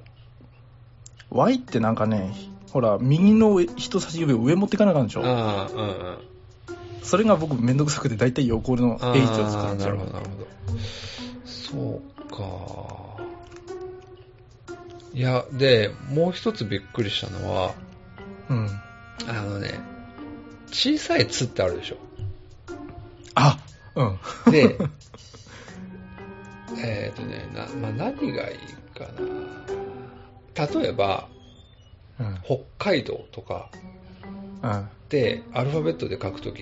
Y ってなんかね、ほら、右の人差し指を上持っていかなあかんでしょ。
ああ、うんうん。
それが僕めんどくさくて大体横の H を使っちゃう。
なるほど、なるほど。そうか。いや、で、もう一つびっくりしたのは、うん。あのね、小さい「つ」ってあるでしょ。
あ、うん。
で、えっとね、な、まあ、何がいいかな。例えば、うん、北海道とか、うん、で、アルファベットで書くときって、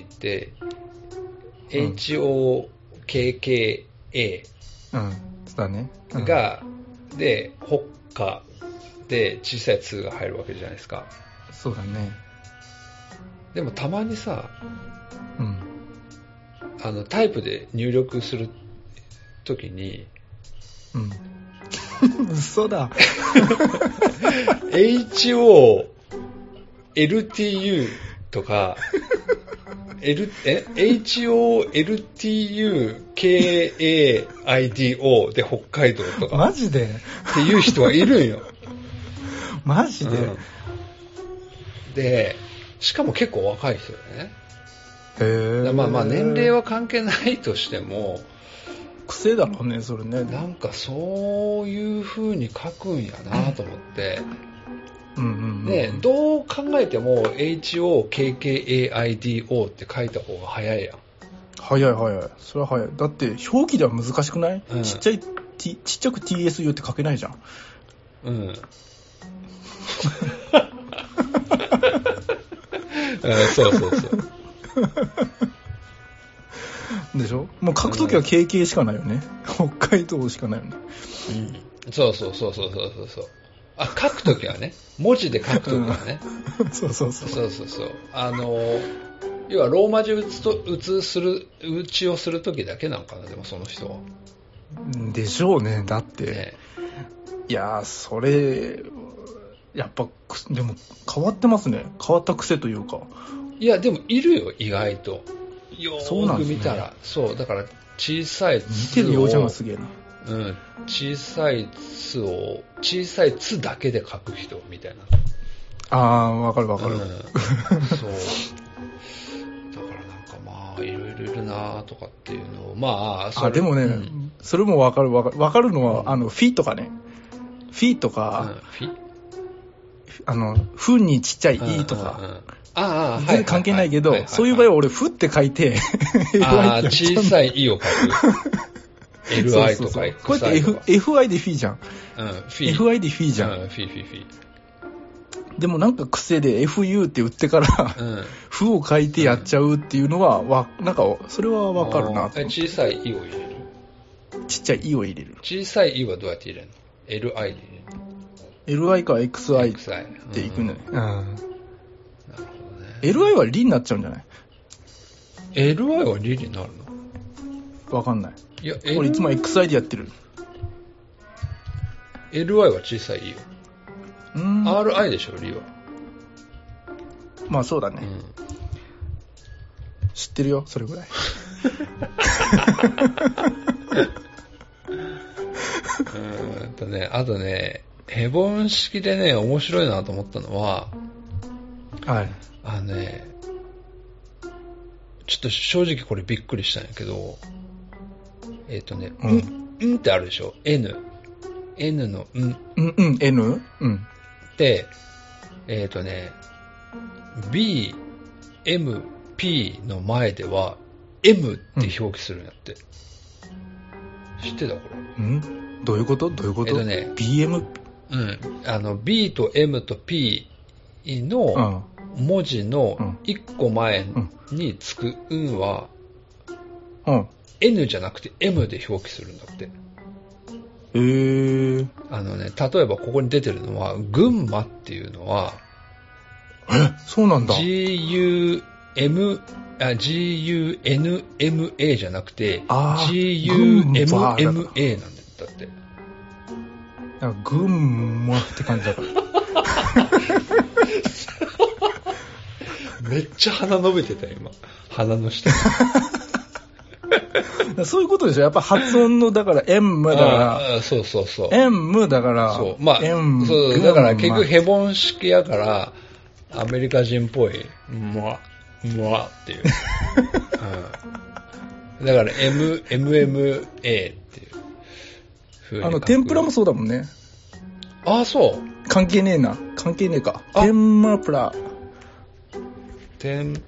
うん、エイチオーケーケーエー
うん、だね。
うん、が、で、北海で小さい「つ」が入るわけじゃないですか。
そうだね。
でもたまにさ、うん、あのタイプで入力するときに、
うん、嘘だ。
エイチオーエルティーユー とか、L、え エイチオーエルティーユーケーエーアイディーオー で北海道とか。
マジで
っていう人はいるんよ。
マジで、うん、
で、しかも結構若い人よね。
へー。
まあまあ年齢は関係ないとしても、
癖だろうね、それね。
なんかそういう風に書くんやなと思って。うんうんうんうん、で、どう考えても エイチオーケーケーエーアイディーオー って書いた方が早いやん。
早い早い。それは早い。だって表記では難しくない、うん、ちっちゃい、T、ちっちゃく ティーエスユー って書けないじゃん。うん。
そうそうそう。
でしょ。もう書くときは ケーケー しかないよね。北海道しかないよね。
うん。そうそうそうそうそうそう。 あ、書くときはね、文字で書くときはね。
そうそうそう。
そうそうそう。あの、要はローマ字打つと、打つする、打ちをするときだけなのかな、でもその人は。
でしょうね。だって。
ね、
いやー、それ、やっぱ、でも変わってますね。変わった癖というか。
いや、でもいるよ、意外と。よーく見たら。そう、ね、そう、だから小さいつを。
見てるようじゃがすげえな。
うん、小さいつを、小さいつだけで書く人みたいな。
あー、わかるわかる。うん、そう。
だからなんかまあ、いろいろいるなとかっていうのを、まあ、それ
あ、でもね、うん、それもわかるわかる。わかるのは、うん、あの、フィとかね。フィとか、
うん、フィ
あの、フにちっちゃいイとか。
うんうんうん、ああ、
全然関係ないけど、はいはいはいはい、そういう場合は俺、フって書いて、
ああ、小さいイを書く。エルアイ とか エックスアイ とか。
こうやって F、エフアイ でフィじゃん。
うん、フィ。
エフアイ でフィじゃん。
うん、フィフィフィ。
でもなんか癖で エフユー って打ってから、うん、フを書いてやっちゃうっていうのは、わなんか、それはわかるなと。
小さいイを入れる。
ちっちゃいイを入れる。
小さいイはどうやって入れるの？ エルアイ で入れるの？
エルアイ か エックスアイ っていくね。うん。なるほどね。エルアイ はリになっちゃうんじゃない？
エルアイ はリになるの？
わかんない。
いや、
俺いつも エックスアイ でやってる。
エルアイ は小さいイよ。うん。アールアイ でしょ、リは。
まあそうだね。うん、知ってるよ、それぐらい。
うーんとね、あとね、ヘボン式でね、面白いなと思ったのは、
はい。
あのね、ちょっと正直これびっくりしたんやけど、えっ、ー、とね、うん、うんってあるでしょ ?N。N のうん。
うん、うん、N? うん。
で、えっ、ー、とね、B、M、P の前では M って表記するんやって。うん、知ってたこれ。
んどういうことどういうこと？
えっ、ー、とね、
ビーエム？
うん。あの、B と M と P の文字のいっこまえにつく運は、うん、N じゃなくて M で表記するんだって。
へー。
あのね、例えばここに出てるのは、群馬っていうのは、
え、そうなんだ。
ジーユーエム、あ、ジーユーエヌエムエー じゃなくて、ジーユーエムエムエー なんだって。
なんか群馬って感じだから。
めっちゃ鼻伸びてたよ、今。鼻の下。
そういうことでしょ。やっぱ発音の、だから、M だから。
ああ、そうそうそう。
M だから。
そう。まあ、
M、
そう、だから結局ヘボン式やから、アメリカ人っぽい、むわ、むわっていう。うん、だから M、エムエムエー っていう風に。
あの、天ぷらもそうだもんね。
ああ、そう。
関係ねえな。関係ねえか。天まぷら。
天、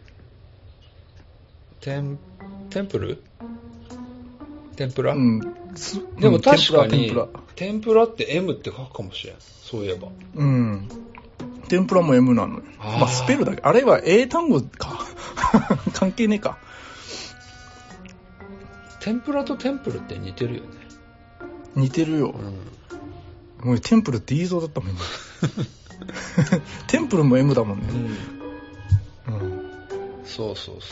天、テンプル天ぷら、うん、でも確かに、天ぷら、天ぷらって M って書くかもしれん。そういえば。
うん。天ぷらも M なのよ。まあ、スペルだけ。あれは英単語か。関係ねえか。
天ぷらとテンプルって似てるよね。
似てるよ。うん、もうテンプルって言いそうだったもんね。テンプルも M だもんね。
うん。うん、そうそうそう。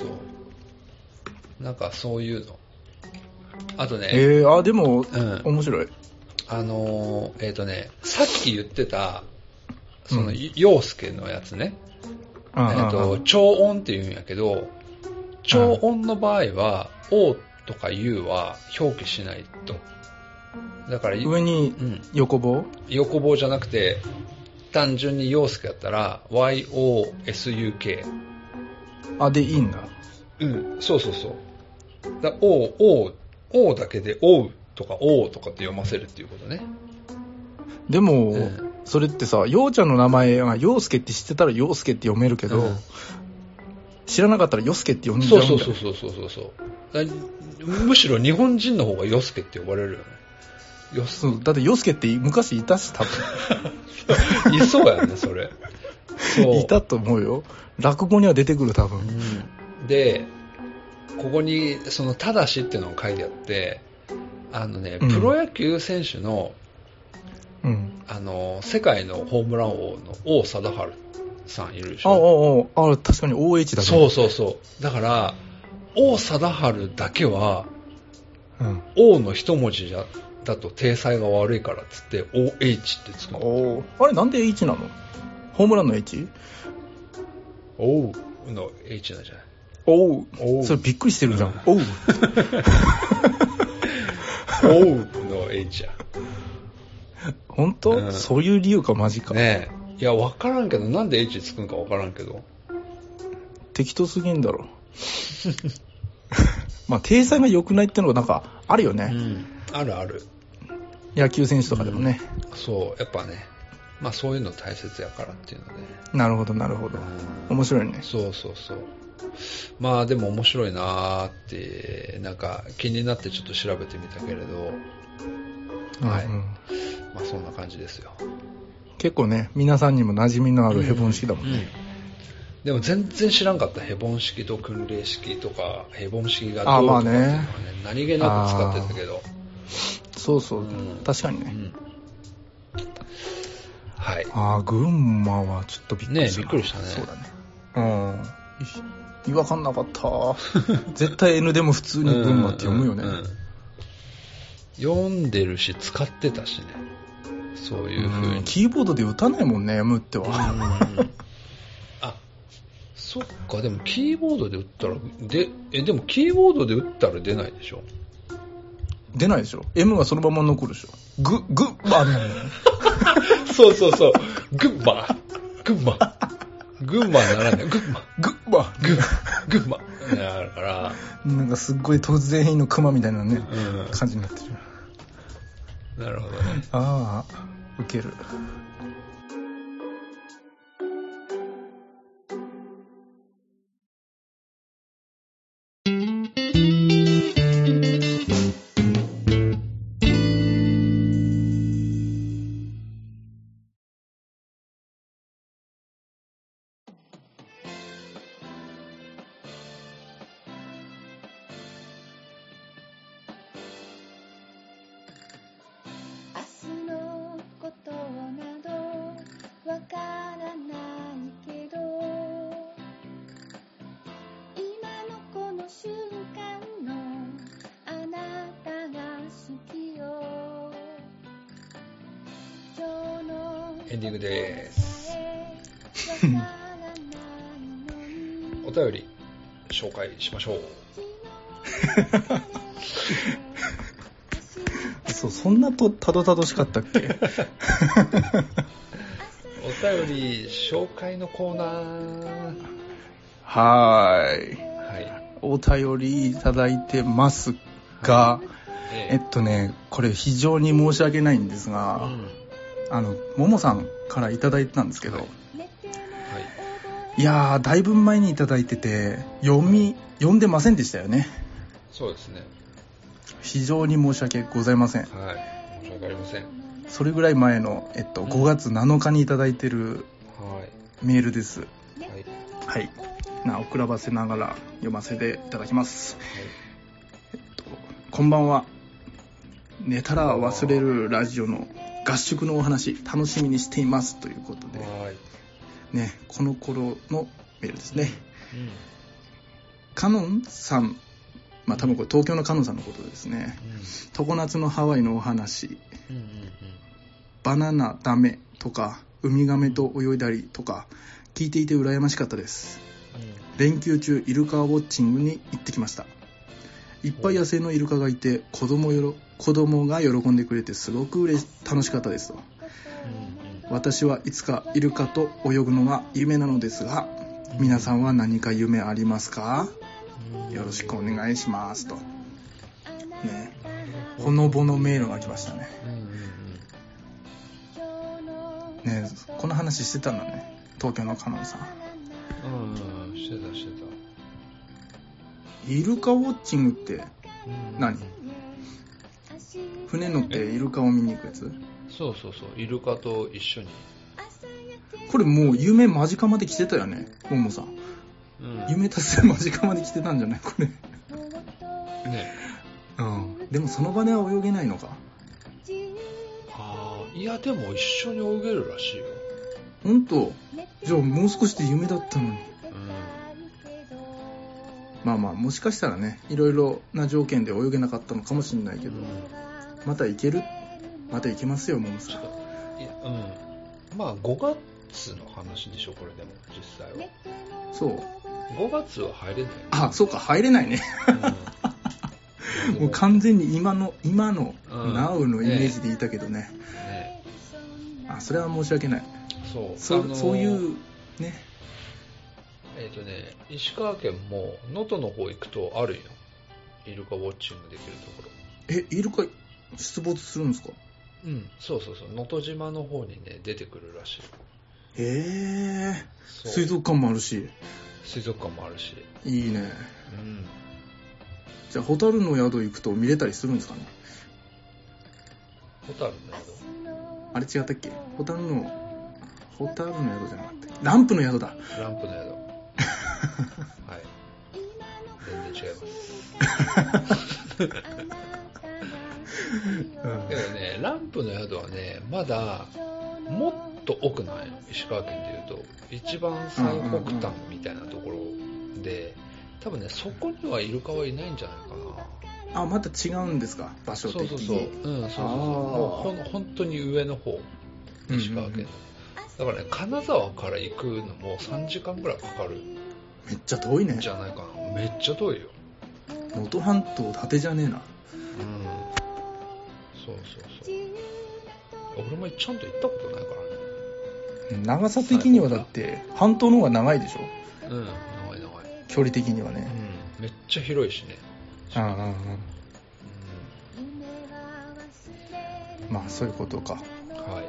なんかそういうの。あとね。
えー、あ、でも、うん、面白い。
あのー、えっ、ー、とね、さっき言ってた、その、陽介のやつね。うん、えっ、ー、と、超音って言うんやけど、超音の場合は、O とか U は表記しないと。だから、
上に横棒、うん、
横棒じゃなくて、単純に陽介やったら、ワイオーエスユーケー。
あ、でいいんだ。
うん、そうそうそう。だ O、O、O だけで、O とか O とかって読ませるっていうことね。
でも、うん、それってさ、陽ちゃんの名前が陽介って知ってたら陽介って読めるけど、うん、知らなかったらヨスケって呼んじゃうんだよ。
そうそうそうそうそうむしろ日本人の方がヨスケって呼ばれるよね。ヨス
そうだってヨスケって昔いたし多
分いそうやねそれ。
そういたと思うよ。落語には出てくる多分、
うん、でここにそのただしっていうのが書いてあって、あのね、うん、プロ野球選手の、うん、 あの世界のホームラン王の王貞治さんいるでしょ。
ああああ確かに オーエイチ だね。
そうそうそう。だから王貞治だけは、
うん、
王の一文字だと体裁が悪いからっつって オーエイチ ってつくの。
おあれなんで H なの？ホームランの H？
おうの H なんじゃない？
おう。おう。それびっくりしてるじゃん。おう。
おうの H や。
本当、うん、そういう理由かマジか。
ねえ。いや、わからんけど、なんで H つくんかわからんけど。
適当すぎんだろ。まあ、体裁が良くないってのがなんかあるよね。
うん。あるある。
野球選手とかでもね。
うん、そう、やっぱね。まあ、そういうの大切やからっていうので。
なるほど、なるほど。面白いね。
そうそうそう。まあでも面白いなーってなんか気になってちょっと調べてみたけれど、うん、はい、まあそんな感じですよ。
結構ね皆さんにも馴染みのあるヘボン式だもんね、うんうん、
でも全然知らんかったヘボン式と訓練式とかヘボン式がどうとかっていうのは ね, ね何気なく使ってたけど
そうそう、うん、確かにね、うん、
はい。
ああ群馬はちょっとびっくりした。
ねびっくりしたね。
そうだね。うん違和感なかった絶対 N でも普通に群馬って読むよね、うんうんうん、
読んでるし使ってたしねそういう風に、
うん、キーボードで打たないもんね M っては、
うん、あそっかでもキーボードで打ったらでえでもキーボードで打ったら出ないでしょ。
出ないでしょ。 M はそのまま残るでしょ。ググッバーなの
そうそうそうグッバーグッバー群馬にならない。群馬。
群馬。
群馬。ね、あるから。
なんかすっごい突然変異の熊みたいなね、うん、感じになって
る。なるほどね。
ああ、ウケる。
エンディングです。お便り紹介しましょう。
そうそんなとたどたどしかったっけ？
お便り紹介のコーナー。
はーい。
はい。
お便りいただいてますが、はいええ、えっとねこれ非常に申し訳ないんですが。うんあのももさんからいただいてたんですけど、はいはい、いやーだいぶ前にいただいてて読み読んでませんでしたよね。
そうですね。
非常に申し訳ございません。
はい申し訳ありません。
それぐらい前の、えっと、ごがつなのかにいただいてるメールです。はい、はい、な遅らばせながら読ませていただきます、はいえっと、こんばんは。寝たら忘れるラジオの合宿のお話楽しみにしていますということで、はいね、この頃のメールですね、うん、カノンさん、まあ多分これ東京のカノンさんのことですね、うん、常夏のハワイのお話、うんうんうん、バナナダメとかウミガメと泳いだりとか聞いていて羨ましかったです、うん、連休中イルカウォッチングに行ってきました。いっぱい野生のイルカがいて子供よろ子供が喜んでくれてすごく嬉し楽しかったですと、うんうん、私はいつかイルカと泳ぐのが夢なのですが、うん、皆さんは何か夢ありますか、うん、よろしくお願いしますと、ね、ほのぼのメールが来ましたね、うんうんうん、ねこの話してたんだね東京のカノンさん。
うん、してたしてた。
イルカウォッチングって何？船乗ってイルカを見に行くやつ？
そうそうそうイルカと一緒に。
これもう夢間近まで来てたよねももさん、うん、夢達成間近まで来てたんじゃないこれね、うん、でもその場では泳げないのか。
あいやでも一緒に泳げるらしいよ。
ほんと？じゃあもう少しで夢だったのに。うん、まあまあもしかしたらね、いろいろな条件で泳げなかったのかもしれないけど、うん、また行ける？また行けますよ、ももさん。
いや、うん。まあごがつの話でしょ、これでも実際は。
そう。
ごがつは入れない、ね。
あ、そうか、入れないね。うん、もう完全に今の今の、うん、ナウのイメージでいたけどね。ね、あ、それは申し訳ない。
そう。
そ、あのー、そういうね。
えっ、ー、とね、石川県も能登の方行くとあるよ。イルカウォッチングできるところ。
え、イルカ出没するんですか？
うん、そうそうそう。能登島の方にね出てくるらしい。
へえ。水族館もあるし。
水族館もあるし。
いいね。
うん。
じゃあホタルの宿行くと見れたりするんですかね？
ホタルの宿？
あれ違ったっけ？ホタルのホタルの宿じゃなかったっけ？ランプの宿だ。
ランプの宿。はい。全然違います。でもね、ランプの宿はね、まだもっと奥なんよ、石川県でいうと。一番最北端みたいなところで、多分ね、そこにはイルカはいないんじゃないか
な。あ、また違うんですか、場所的に。
そうそうそう。うん、そうそうそう。もうほん本当に上の方、石川県の。だからね、金沢から行くのもさんじかんぐらいかかる。
めっちゃ遠いね。
じゃないかな。めっちゃ遠いよ。
能登半島伊達じゃねえな。うん。
そうそうそう。俺もちゃんと行ったことないから
ね。長さ的にはだって半島の方が長いでしょ。
うん、長い長い。
距離的にはね。
うん、めっちゃ広いしね。
ああ、うん、うん。まあそういうことか。はい。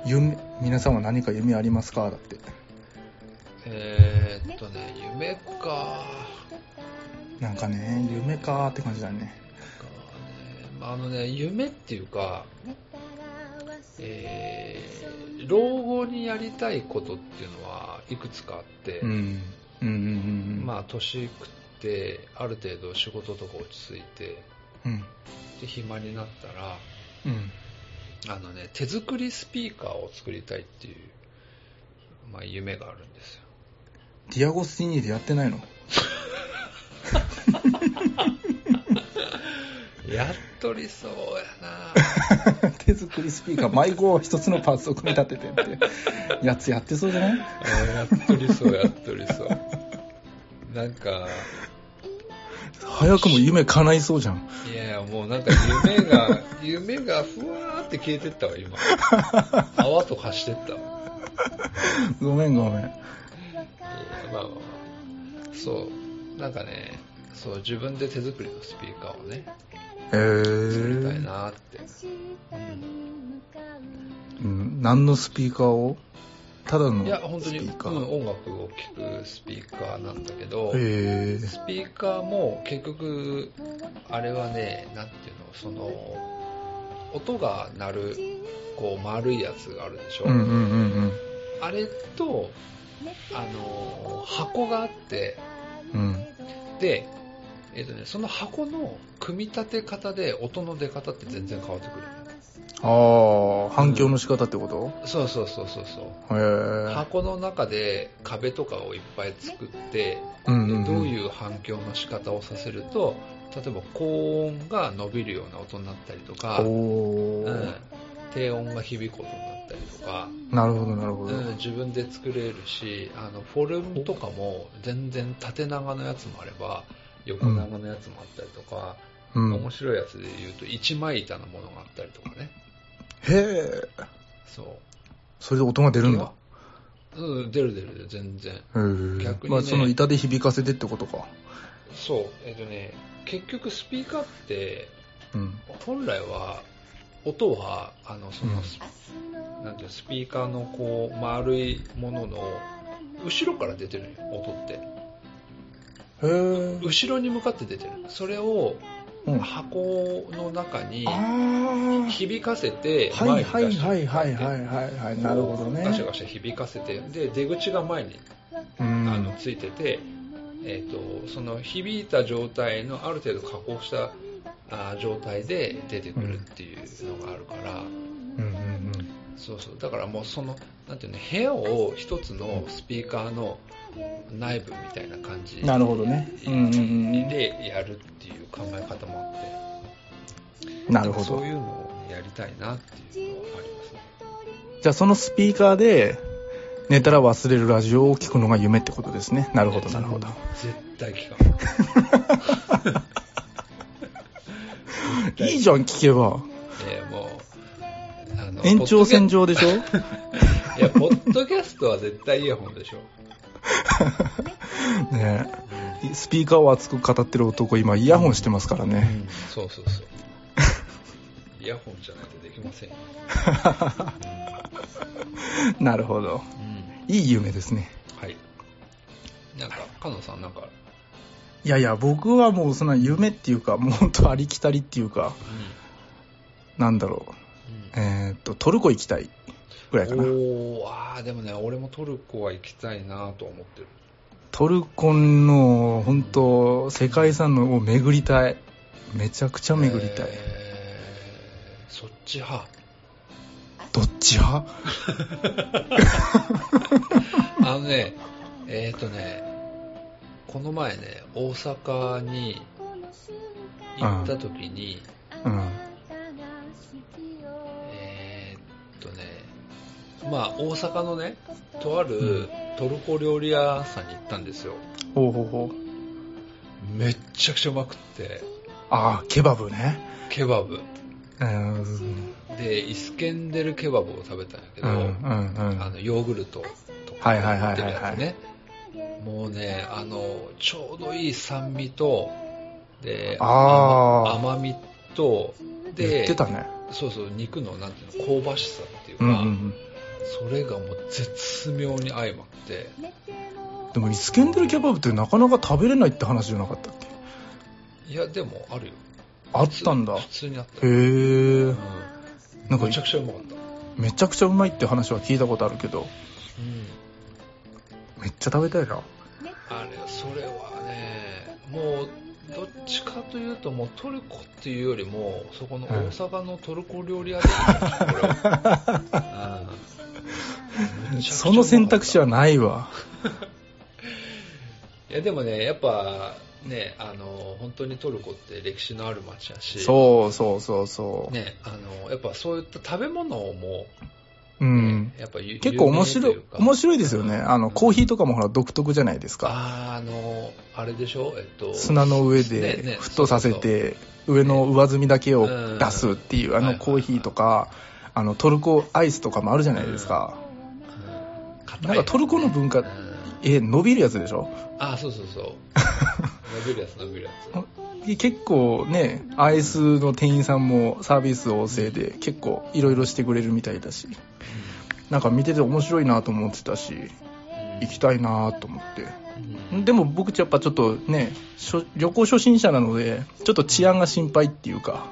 夢、皆さんは何か夢ありますか？だって。
えー、っとね、夢か。
なんかね、夢かって感じだね。
あのね、夢っていうか、えー、老後にやりたいことっていうのはいくつかあって、うんうんうんうん、まあ年食ってある程度仕事とか落ち着いて、うん、で暇になったら、うん、あのね、手作りスピーカーを作りたいっていう、まあ、夢があるんですよ。
ディアゴスティーニでやってないの？
やっとりそうやな。
手作りスピーカー、迷子を一つのパーツを組み立ててってやつやってそうじゃない？
やっとりそうやっとりそう。なんか
早くも夢叶いそうじゃん。
いやいや、もうなんか夢が夢がふわーって消えてったわ今。泡と化してったわ。
ごめんごめん。
まあまあまあ、そうなんかね、そう自分で手作りのスピーカーをね、えー、作りたいなって、
うんうん、何のスピーカーを？ただのスピーカー？いや
本当に、うん、音楽を聴くスピーカーなんだけど、えー、スピーカーも結局あれはね、なんていうの、その音が鳴るこう丸いやつがあるでしょ、うんうんうんうん、あれとあの箱があって、うん、で、えーとね、その箱の組み立て方で音の出方って全然変わってくる。
ああ、反響の仕方ってこと？
うん、そうそうそうそうそう。へえ。箱の中で壁とかをいっぱい作って、うんうんうん、どういう反響の仕方をさせると、例えば高音が伸びるような音になったりとか、うん、低音が響く音になったりとか。
なるほどなるほど、
うん。自分で作れるし、あのフォルムとかも全然縦長のやつもあれば横長のやつもあったりとか、うん、面白いやつで言うと一枚板のものがあったりとかね。
へえ。そう。
そ
れで音が出るんだ。
うん、出る出る全然。へ
え。逆に、ね、まあその板で響かせてってことか。
そう。えっとね、結局スピーカーって、うん、本来は音はあのその、うん、なんていうスピーカーのこう丸いものの後ろから出てるよ、音って。へえ。後ろに向かって出てる。それを箱の中に響かせて前に出して、はいはいはいはいはいはい、なるほどね。ガシャガシャ響かせて、で出口が前にあのついてて、えっとその響いた状態のある程度加工したあ状態で出てくるっていうのがあるから、うんうんうん、 そうそう。だからもうその、なんていうの、部屋を一つのスピーカーの内部みたいな感じ
なるほどね。うんうんうん。
でやるっていう考え方もあって。
なるほど。
そういうのをやりたいなっていうのはありますね。
じゃあそのスピーカーで寝たら忘れるラジオを聞くのが夢ってことですね。なるほどなるほど。
絶対聞か
ない。いいじゃん聞けば。
えー、もうあの
延長線上でしょ。
いやポッドキャストは絶対イヤホンでしょ。
ねえ、スピーカーを熱く語ってる男今イヤホンしてますからね。
うん、そうそうそう。イヤホンじゃないとできませんよ。
なるほど、うん、いい夢ですね。
はい。なんかカノさんなんか、
いやいや僕はもうそんな夢っていうかもう本当ありきたりっていうか、うん、なんだろう、うん、えー、っとトルコ行きたいぐらいかな。
おあーでもね俺もトルコは行きたいなと思ってる。
トルコの本当世界遺産のを巡りたい。めちゃくちゃ巡りたい。
えー、そっち派。
どっち派？
あのね、えっとね、この前ね、大阪に行った時に、うんうん、えー、っとね、まあ大阪のね、とあるトルコ料理屋さんに行ったんですよ。
ほうほうほ
う。めっちゃくちゃうまくって。
ああ、ケバブね。
ケバブ。
うん
でイスケンデルケバブを食べたんやけど、うんうんうん、あのヨーグルトとか入ってるやつね。もうねあのちょうどいい酸味とであ甘みとで
言ってたね。
そうそう肉のなんていうの香ばしさっていうか、うんうんうん、それがもう絶妙に相まって。
でもイスケンデルケバブってなかなか食べれないって話じゃなかったっけ？
いやでもあるよ。
あったんだ。
普通にあった。
へー、うん、
なんかめちゃくちゃうまかった。
めちゃくちゃうまいって話は聞いたことあるけど、うん、めっちゃ食べたいな。
あれそれはねもうどっちかというともうトルコっていうよりもそこの大阪のトルコ料理屋でいいんですよ、これは。うん、
その選択肢はないわ。
いやでもねやっぱね、あの本当にトルコって歴史のある街やし、
そうそうそうそう、
ね、あのやっぱそういった食べ物も、
うん、
ね、やっぱ
結構面白い面白いですよね。あの、うん、コーヒーとかもほら独特じゃないですか。
ああのあれでしょ、えっと、
砂の上で沸騰させて、ねね、上の上澄みだけを出すっていう、ね、あのコーヒーとか、はいはいはい、あのトルコアイスとかもあるじゃないですか、うんうん、なんかトルコの文化、うん、え伸びるやつでしょ。
ああそうそうそう伸びるやつ伸びるや
つ結構ねアイスの店員さんもサービス旺盛で結構いろいろしてくれるみたいだし、うん、なんか見てて面白いなと思ってたし、うん、行きたいなと思って、うん、でも僕やっぱちょっとね旅行初心者なのでちょっと治安が心配っていうか、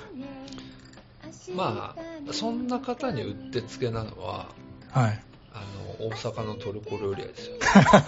まあそんな方にうってつけなのは、
はい、
あの大阪のトルコ料理屋ですよ。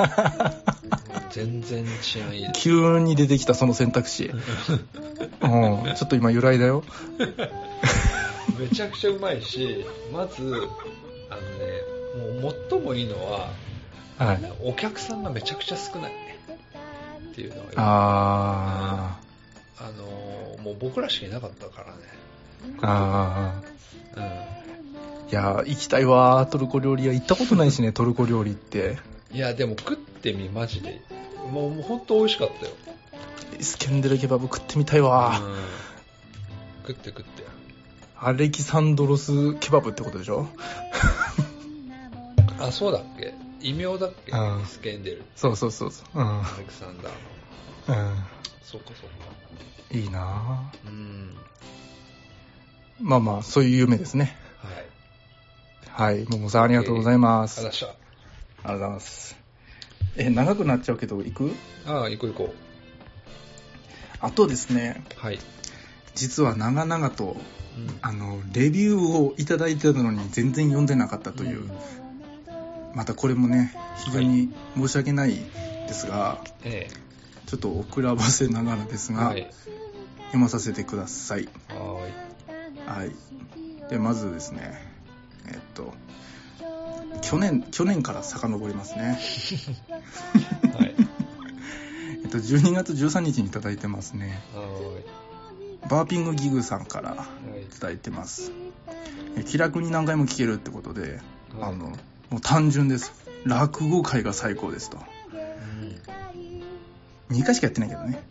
全然治安いいです。
急に出てきたその選択肢。うん、ちょっと今由来だよ。
めちゃくちゃうまいし、まずあのねもう最もいいのは、はい、お客さんがめちゃくちゃ少ないっていうのが
あ
あのもう僕らしかいなかったからね。
ああ、うん。いや行きたいわトルコ料理屋。行ったことないしねトルコ料理って。
いやでも食ってみマジでもう本当美味しかったよ。
イスケンデルケバブ食ってみたいわ、うん、
食って食って。
アレキサンドロスケバブってことでしょ。
あそうだっけ、異名だっけ、イスケンデル。
そうそうそうそう、うん、
アレキサンダーの、うん、そっかそっか。
いいなぁ、うん、まあまあそういう夢ですね。はい、ももさんありがとうございます。
ありがとう
ございます。え、長くなっちゃうけど行く？
ああ、行こう行こう。
あとですね、はい、実は長々と、うん、あのレビューをいただいてたのに全然読んでなかったという、うん、またこれもね非常に申し訳ないですが、はい、ちょっと遅らばせながらですが、はい、読まさせてください。はい、はい、でまずですね、 えっと去年去年から遡りますね
はい、
えっとじゅうにがつじゅうさんにちにいただいてますね。バーピングギグさんからいただいてます。え気楽に何回も聞けるってことで、はい、あのもう単純です。落語会が最高ですと、うん、にかいしかやってないけどね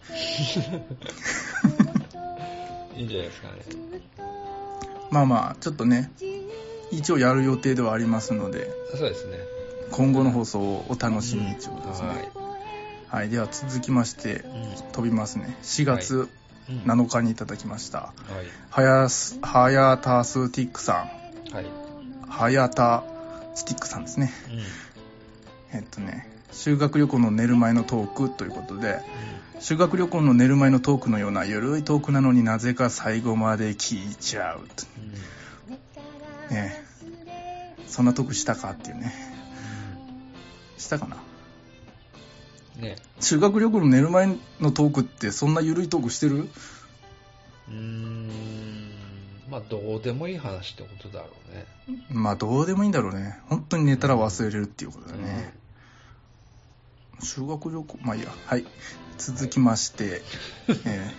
いいんじゃないですかね。
まあまあちょっとね一応やる予定ではありますので、
そうですね、
今後の放送をお楽しみにということですね、
はい
はい、では続きまして、うん、飛びますね。しがつなのかにいただきました、はい、はやすはやたスティックさん、はい、はやたスティックさんですね、うん、えっとね修学旅行の寝る前のトークということで、うん、修学旅行の寝る前のトークのようなゆるいトークなのになぜか最後まで聞いちゃう、うんね、そんなトークしたかっていうね、うん、したかなね、修学旅行の寝る前のトークってそんなゆるいトークしてる？
うーんまあどうでもいい話ってことだろうね。
まあどうでもいいんだろうね。本当に寝たら忘れるっていうことだね、うん、修学旅行まあいいや。はい続きまして、え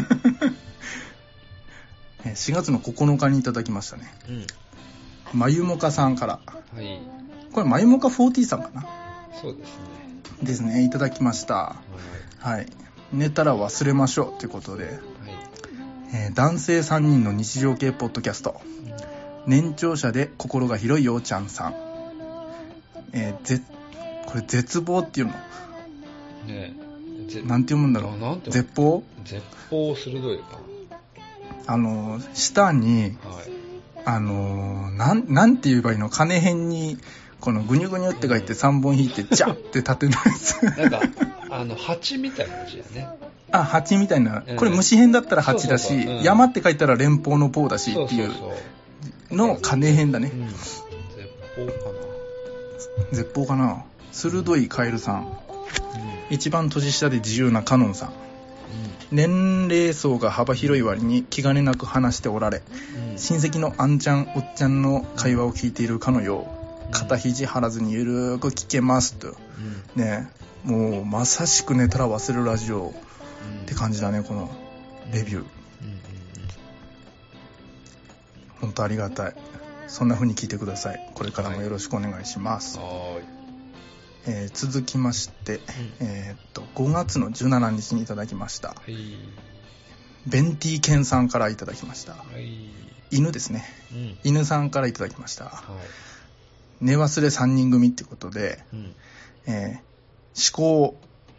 ー、しがつのここのかにいただきましたね、うん、まゆもかさんから、はい、これまゆもかフォーティーさんかな。
そうですね
ですね、いただきました、はい、はい、寝たら忘れましょうということで、はいえー、男性さんにんの日常系ポッドキャスト、うん、年長者で心が広いようちゃんさん、えー、ぜこれ絶望っていうの、ね、なんて読むんだろう。なんて絶望
絶望鋭いか
あの下に、はい、あのなん、なんて言えばいいの、金辺にこのグニュグニュって書いてさんぼん引いてジャッって立てるやつ
なんかあの蜂みたいな字やね。
あ、蜂みたいな、これ虫編だったら蜂だし、そうそうそう、うん、山って書いたら連邦のポだしっていうの金編だね、うん、絶
望かな
絶望かな。鋭いカエルさん、うん、一番年下で自由なカノンさん、うん、年齢層が幅広い割に気兼ねなく話しておられ、うん、親戚のあんちゃんおっちゃんの会話を聞いているかのよう肩肘張らずにゆるーく聞けますと、うん、ね、もうまさしく寝たら忘れるラジオって感じだね、このレビュー、うんうんうん、本当ありがたい。そんな風に聞いてください。これからもよろしくお願いします、はい、えー、続きまして、うん、えー、っとごがつのじゅうしちにちにいただきました、はい、ベンティケンさんからいただきました、はい、犬ですね、うん、犬さんからいただきました、はい、寝忘れさんにん組ってことで、うんえー、思考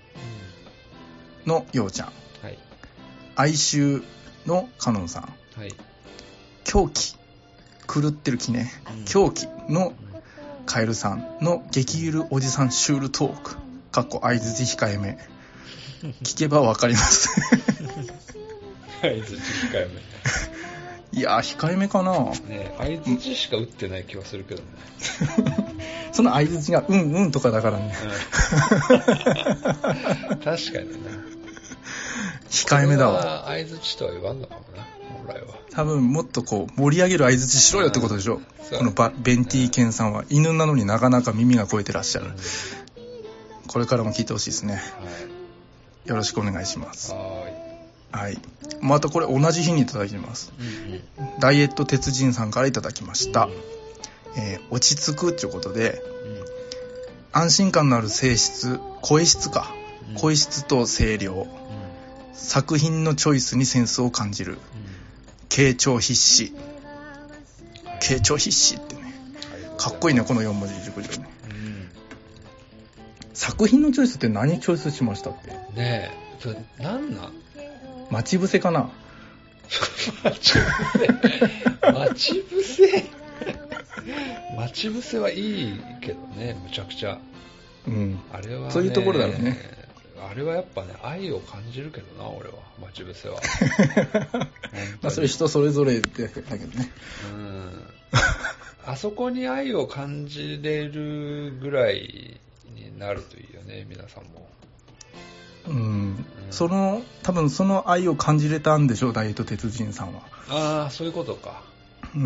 のようちゃん、はい、哀愁のカノンさん、はい、狂気狂ってる気ね、うん、狂気のカエルさんの激ゆるおじさんシュールトークかっこ相づち控えめ聞けばわかります
相づち控え
めいやー控えめかな、
ね、相づちしか打ってない気はするけどね
その相づちがうんうんとかだからね、
うん、確かにね
控えめだわ。
相づちとは言わんのかもな本来は。
多分もっとこう盛り上げる相づちしろよってことでしょ、うん、このバベンティケンさんは犬なのになかなか耳が肥えてらっしゃる、うん、これからも聞いてほしいですね、はい、よろしくお願いします。はいはい、またこれ同じ日にいただきます、うんうん、ダイエット鉄人さんからいただきました、うんえー、落ち着くということで、うん、安心感のある性質声質か、うん、声質と声量、うん、作品のチョイスにセンスを感じる、うん、傾聴必至傾聴必至ってね、かっこいいねこのよん文字熟女ね、うん、作品のチョイスって何チョイスしましたっけ
ねえそれ何なん
待ち伏せかな
待ち伏せ待ち伏せ待ち伏せはいいけどねむちゃくちゃ、うん、あれは、ね、
そういうところだろうね。
あれはやっぱね愛を感じるけどな俺は待ち伏せは
まあそれ人それぞれだけどね
うんあそこに愛を感じれるぐらいになるといいよね皆さんも。
うん、うん、その多分その愛を感じれたんでしょうダイエット鉄人さんは。
ああそういうことか。
うん。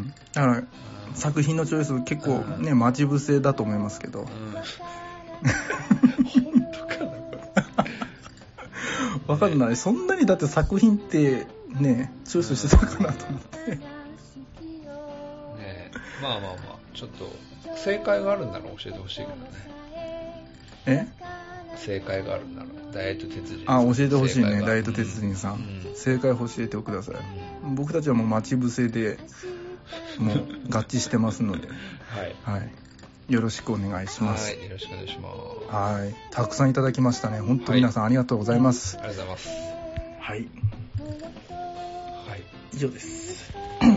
だから、作品のチョイス結構ね、待ち伏せだと思いますけど。うん、本
当かな
わかんない。そんなにだって作品ってね、チョイスしてたかなと思って。ね
え、まあまあまあ、ちょっと正解があるんなら教えてほしいけどね。
え？正
解があるんなら、ダイエット鉄人。
あ、教えてほしいね、ダイエット鉄人さん。うん、正解教えてください。うん、僕たちはもう待ち伏せで、もう合致してますので、はい、はい、よろしくお願いします。
はい、よろしくお願いします。
はい、たくさんいただきましたね。本当に皆さんありがとうございます。
はい、ありがとうございます。
はい。はい、以上です。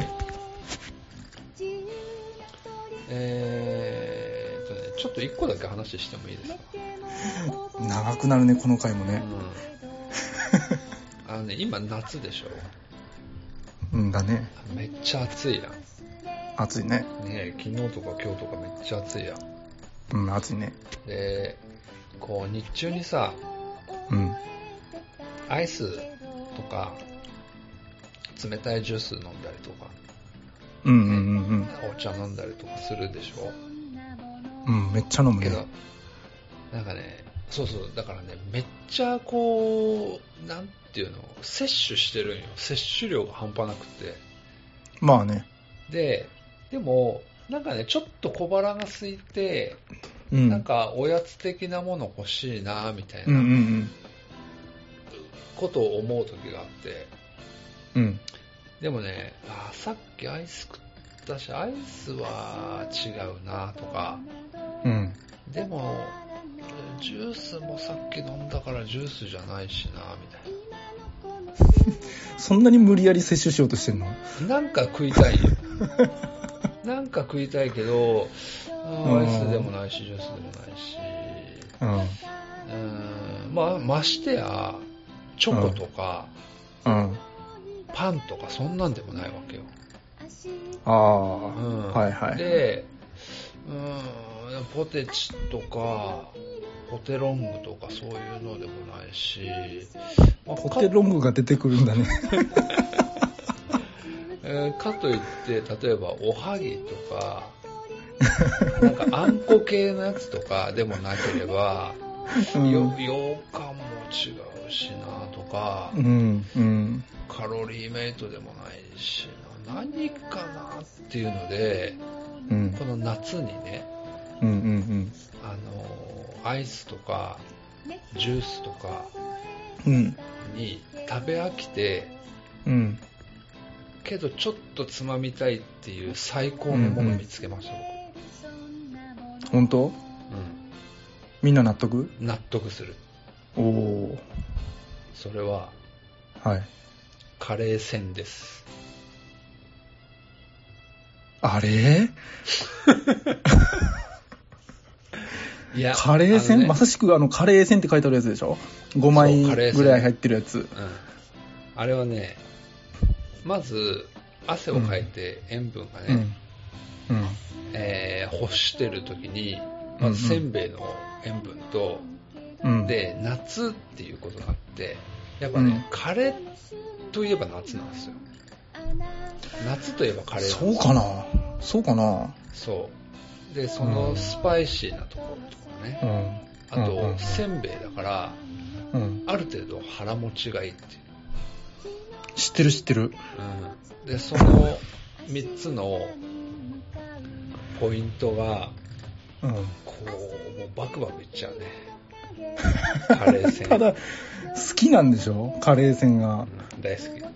えーっとね、ちょっと一個だけ話してもいいですか？
長くなるね、この回もね。
うん、あのね、今夏でしょ。
うんだね。
めっちゃ暑いやん。
暑いね。
ね、昨日とか今日とかめっちゃ暑いやん。
うん、暑いね。
で、こう日中にさ、
うん、
アイスとか冷たいジュース飲んだりとか、
うんうんうんうん、
お茶飲んだりとかするでしょ。
うん、めっちゃ飲むね。
けどなんかね、そうそう、だからね、めっちゃこう、なんていうの、摂取してるんよ。摂取量が半端なくて。
まあね。
で、でも、なんかね、ちょっと小腹が空いて、
うん、
なんかおやつ的なもの欲しいな、みたいな、
うんうんうん、
ことを思う時があって。
うん。
でもね、あ、さっきアイス食ったし、アイスは違うな、とか。
うん。
でも、ジュースもさっき飲んだからジュースじゃないしな、みたいな。
そんなに無理やり摂取しようとしてんの？
なんか食いたいよ。なんか食いたいけど、アイスでもないし、ジュースでもないし。うん。うーん、まあ、ましてや、チョコとか、
うん、
パンとかそんなんでもないわけよ。
ああ、うん、はいはい。
で、うーん、ポテチとか、ポテロングとかそういうのでもないし、
まあ、ポテロングが出てくるんだね。
えー、かといって、例えばおはぎとか、なんかあんこ系のやつとかでもなければ、うん、よ羊羹も違うしなとか、
うんうん、
カロリーメイトでもないしな、何かなっていうので、うん、この夏にね、
うんうんうん、
あのアイスとかジュースとかに食べ飽きて、
うん、
けどちょっとつまみたいっていう最高のものを見つけました、うん
うん、本当？うん。みんな納得？
納得する。
おお。
それは、
はい。
カレーせんです。
あれ？
いや、
カレーせん、ね、まさしくあのカレーせんって書いてあるやつでしょ？ごまいぐらい入ってるやつ。うん。
あれはね、まず汗をかいて塩分がね、うんうん、えー、欲してる時にまずせんべいの塩分と、うん、で夏っていうことがあって、やっぱね、うん、カレーといえば夏なんですよ。夏といえばカレーなんですよ。
そうかなそうかな
そうで、そのスパイシーなところとかね、うん、あと、うんうん、せんべいだから、うん、ある程度腹持ちがいいっていう。
知ってる知ってる、
うん、でそのみっつのポイントが、うん、こうもうバクバクいっちゃうね。カレーせん。
ただ好きなんでしょカレーせんが、
うん、大好き。い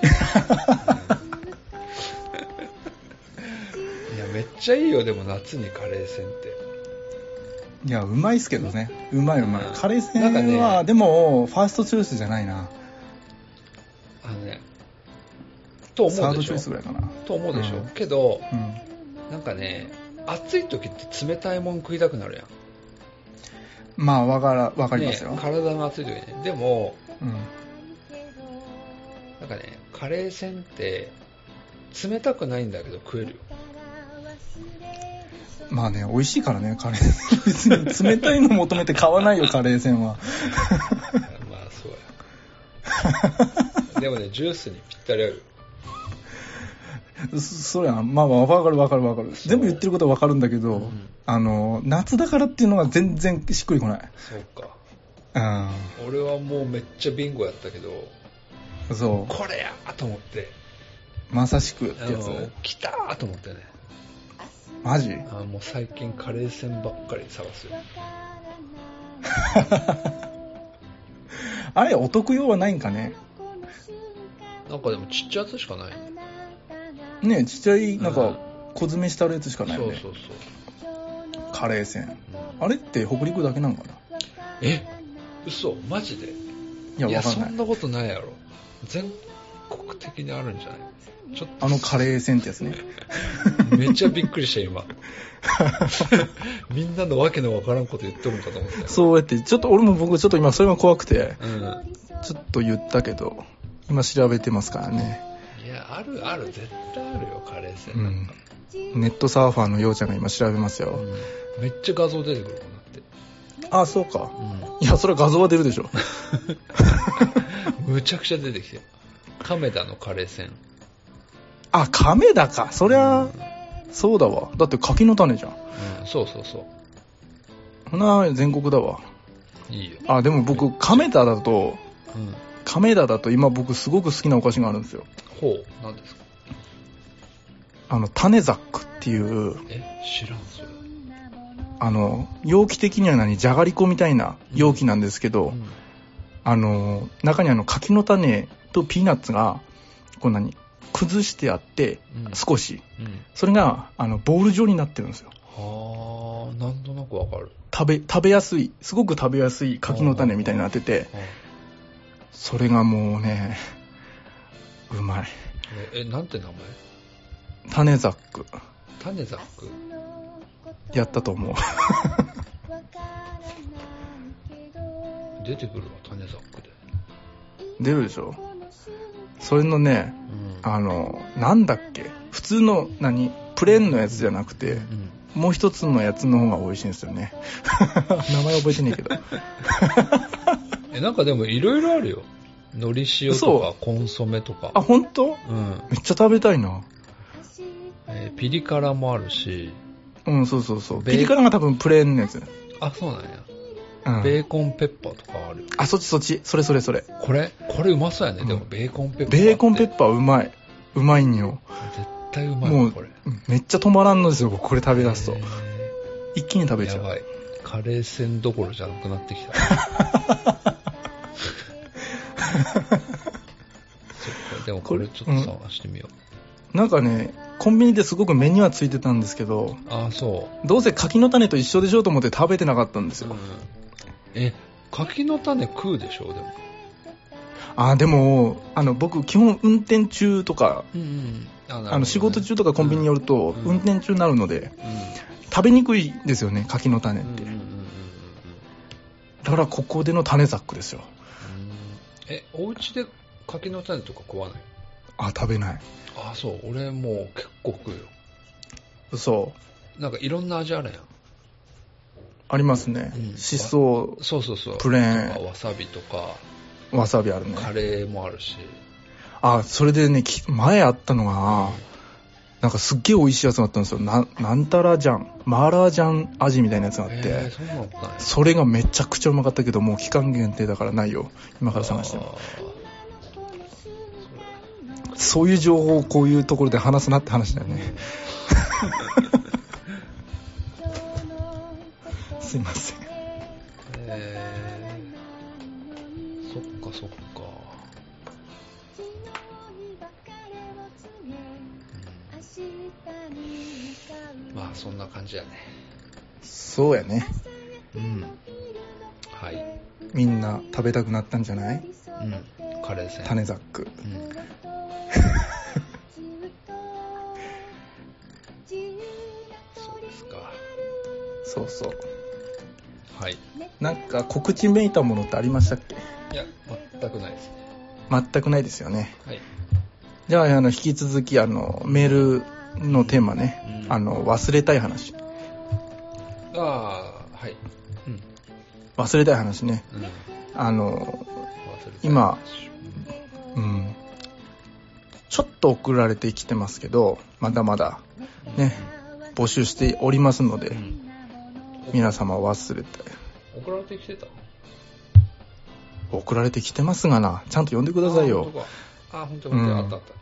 やめっちゃいいよ。でも夏にカレーせんって。
いやうまいっすけどね。うまいうまい、うん、カレーせんは、ね、でもファーストチョイスじゃないな。
あのね、と思うでしょ。
サードチョイスぐらいかな。
と思うでしょ。うん、けど、うん、なんかね、暑い時って冷たいもん食いたくなるやん。
まあわからわかりますよ。
ね、体が暑い時ね。でも、うん、なんかね、カレーせんって冷たくないんだけど食えるよ。
まあね、美味しいからね、カレー。別に冷たいの求めて買わないよ、カレーせんは。
まあそうや。でもね、ジュースにぴったりある。
そ, それはまあまあ分かる分かる分かる。全部言ってることは分かるんだけど、うん、あの夏だからっていうのが全然しっくりこない。
そうか。
うん。
俺はもうめっちゃビンゴやったけど、
そう
これやと思って。
まさしくってやつ。
来たーと思ってね。
マジ？
あもう最近カレー線ばっかり探すよ。
あれお得用はないんかね。
なんかでもちっちゃいやつしかない
ね。ちっちゃいなんか小詰めしてあるやつしかないよね。
そうそうそう。
カレー線、うん、あれって北陸だけなんかな。
え嘘マジで。
いや、
いや
わかんない。
そんなことないやろ。全国的にあるんじゃない。ちょっと
あのカレー線ってやつね。
めっちゃびっくりした今。みんなのわけのわからんこと言っとるんかと思って。
そうやってちょっと俺も僕ちょっと今それも怖くて、
うん、
ちょっと言ったけど今調べてますからね。
いやあるある絶対あるよカレー線なんか、
うん、ネットサーファーのようちゃんが今調べますよ、
うん、めっちゃ画像出てくるもんだって。
ああそうか、うん、いやそれは画像は出るでしょ。
むちゃくちゃ出てきて亀田のカレー線。
あ亀田かそりゃ、うん、そうだわ。だって柿の種じゃん、
うん、そうそうそう。
ほな全国だわ。
いいよ。
あでも僕亀田だと、
うん、
亀田だと今僕すごく好きなお菓子があるんですよ。
ほう何ですか。
あの種ザックっていう。
え知らんそれ。
あの容器的には何じゃがりこみたいな容器なんですけど、うん、あの中にあの柿の種とピーナッツがこう何崩してあって、うん、少し、うん、それがあのボール状になってるんですよ。
はあなんとなくわかる。
食べ食べやすいすごく食べやすい柿の種みたいになってて、それがもうねうまい。
ええなんて名前。
種ザック。
種ザック
やったと思う。
出てくるわ種ザックで。
出るでしょ。それのね、うん、あのなんだっけ普通の何プレーンのやつじゃなくて、うん、もう一つのやつの方が美味しいんですよね。名前覚えてねえけど。
えなんかでもいろいろあるよ。のり塩とかコンソメとか。
あ本当？うん。めっちゃ食べたいな。
えー、ピリ辛もあるし。
うんそうそうそう。ピリ辛が多分プレーンのやつ。
あそうなんや。うん、ベーコンペッパーとかある。
あそっちそっちそれそれそれ。
これこれうまそうやね、うん、でもベーコンペッパー。
ベーコンペッパーうまいうまいんよ。
絶対うまい。
もう
これ
めっちゃ止まらんのですよこれ食べ出すと。一気に食べちゃう。
やばい。カレー線どころじゃなくなってきた。でもこれちょっと探してみよう、
うん、なんかねコンビニですごく目にはついてたんですけど、
あそう。
どうせ柿の種と一緒でしょうと思って食べてなかったんですよ、うん、
え柿の種食うでしょ。でも
あでもあの僕基本運転中とか、うんうん、あ、ね、あの仕事中とかコンビニに寄ると運転中になるので、うんうん、食べにくいですよね柿の種って、うんうんうんうん、だからここでの種ザックですよ。
うんえお家で柿の種とか食わない。
あ食べない。
あそう俺もう結構食うよ。
そう
なんかいろんな味あるやん。
ありますね、うん、しそ
そうそうそう
プレーン
わさびとか
わさびあるね。
カレーもあるし。
あそれでね前あったのが、うん、なんかすっげえ美味しいやつがあったんですよ。 な, なんたらジャンマーラージャン味みたいなやつがあって、
えー、そうなんだね。
それがめちゃくちゃうまかったけどもう期間限定だからないよ今から探しても。そういう情報をこういうところで話すなって話だよね。すいません。
えー、そっかそっか、うん、まあそんな感じやね。
そうやね。
うんはい。
みんな食べたくなったんじゃない？
うんカレー線
種ザック、うん
そうですか。
そうそう。
はい。
なんか告知めいたものってありましたっけ？
いや全くないです。
全くないですよね。
はい。
じゃあ、あの引き続きあのメールのテーマね、うん、あの忘れたい話。
ああはい、うん、
忘れたい話ね、うん、あの今、うん、ちょっと送られてきてますけど、まだまだね、募集しておりますので、うん、皆様忘れて。
送られてきてた？
送られてきてますがな、ちゃんと読んでくださいよ。
あ、本当か。あ、本当に、うん、あったあったあった。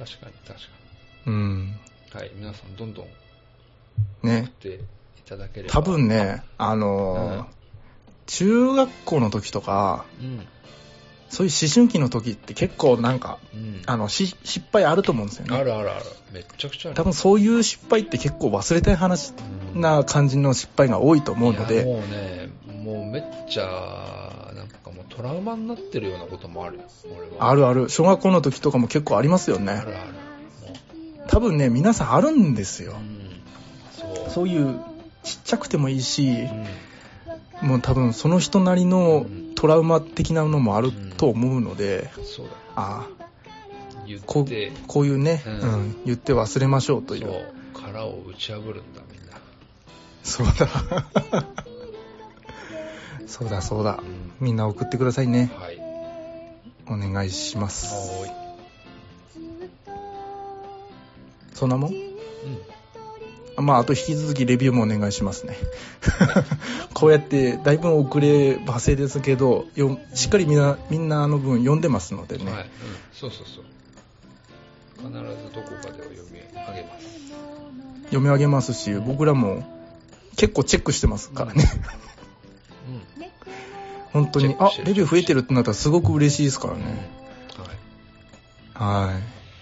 確かに確かに。うん。はい、皆さんどんどん送っていただければ。
多分ね、あのーうん、中学校の時とか、うん、そういう思春期の時って結構なんか、うん、あのし失敗あると思うんですよね。
あるあるある。めっちゃくちゃある。
多分そういう失敗って結構忘れたい話な感じの失敗が多いと思うので。
いやもうね、もうめっちゃなんかもうトラウマになってるようなこともあるよ。俺は。
あるある。小学校の時とかも結構ありますよね。
あるある。
多分ね、皆さんあるんですよ。うん、
そう。
そういうちっちゃくてもいいし、うん、もう多分その人なりのトラウマ的なのもあると思うので、
うん、そうだ。
ああ、
言って
こう、こういうね、うんうん、言って忘れましょうという。
そう、殻を打ち破るんだみんな。
そうだ。そうだそうだ、うん、みんな送ってくださいね。
はい。
お願いします。
はい。
そんなもん？うん。まあ、あと引き続きレビューもお願いしますね。こうやってだいぶ遅ればせですけど、よしっかりみんなみんなの分読んでますのでね。
はい。うん、そうそうそう。必ずどこかでは読み上げます。
読み上げますし、僕らも結構チェックしてますからね。うん。うん、本当に、あ、レビュー増えてるってなったらすごく嬉しいですからね。うん、はい。はい。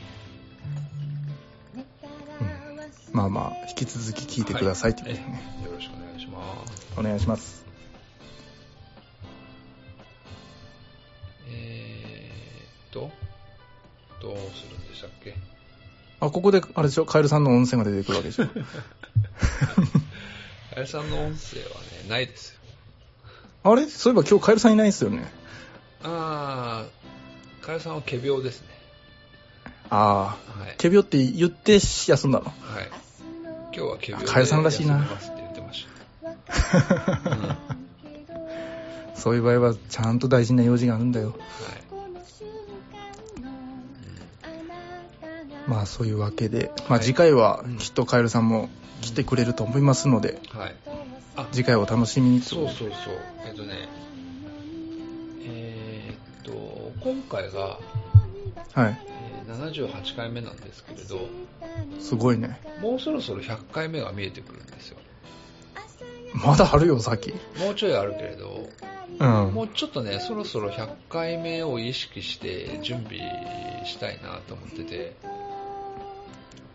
まあまあ引き続き聞いてくださいということでね、
はい、よろしくお願いします。
お願いします。
えーっとどうするんでしたっけ。
あ、ここであれでしょ、カエルさんの音声が出てくるわけでしょ。カ
エルさんの音声はね、ないですよ。
あれ、そういえば今日カエルさんいないですよね。
ああ、カエルさんは仮病ですね。
ああ、はい、仮病って言って休んだの。はい。
今日は仮病で
カエルさんらしいな。
ますって言ってました。うん、
そういう場合はちゃんと大事な用事があるんだよ。はい。うん、まあそういうわけで、まあ次回はきっとカエルさんも来てくれると思いますので、はい。あ、次回を楽しみに。
そうそうそう。えっとね、えー、っと今回がはい。ななじゅうはちかいめなんですけれど、
すごいね。
もうそろそろひゃっかいめが見えてくるんですよ。
まだあるよ、先。
もうちょいあるけれど、うん、もうちょっとね、そろそろひゃっかいめを意識して準備したいなと思ってて。
え ?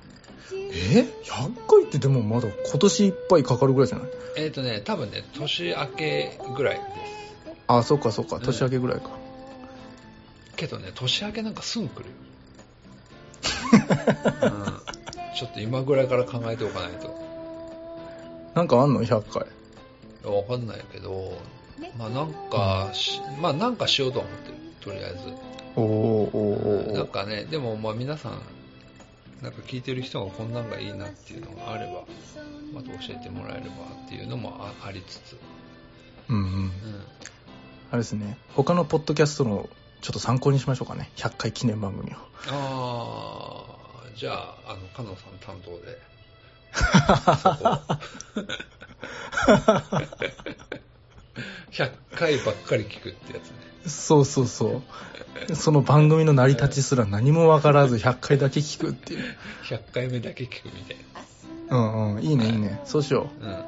ひゃっかいってでもまだ今年いっぱいかかるぐらいじゃない？
えっとね、多分ね、年明けぐらいです。
あ、そっかそっか、年明けぐらいか。うん、
けどね、年明けなんかすぐ来るよ。うん、ちょっと今ぐらいから考えておかないと。
なんかあんの？ひゃっかい。
わかんないけど、まあなんかし、まあなんかしようと思ってる、とりあえず。
おーおー。
なんかね、でもまあ皆さん、なんか聞いてる人がこんなんがいいなっていうのがあれば、また教えてもらえればっていうのも あ, ありつつ。
うんうん。うん、あれですね、他のポッドキャストのちょっと参考にしましょうかね、ひゃっかい記念番組を。
ああ、じゃあ、あの、カノさん担当で。ひゃっかいばっかり聞くってやつね。
そうそうそう。その番組の成り立ちすら何も分からずひゃっかいだけ聞くっていう。
ひゃっかいめだけ聞くみたい
な。うんうん、いいねいいね。そうしよう。うん。はい。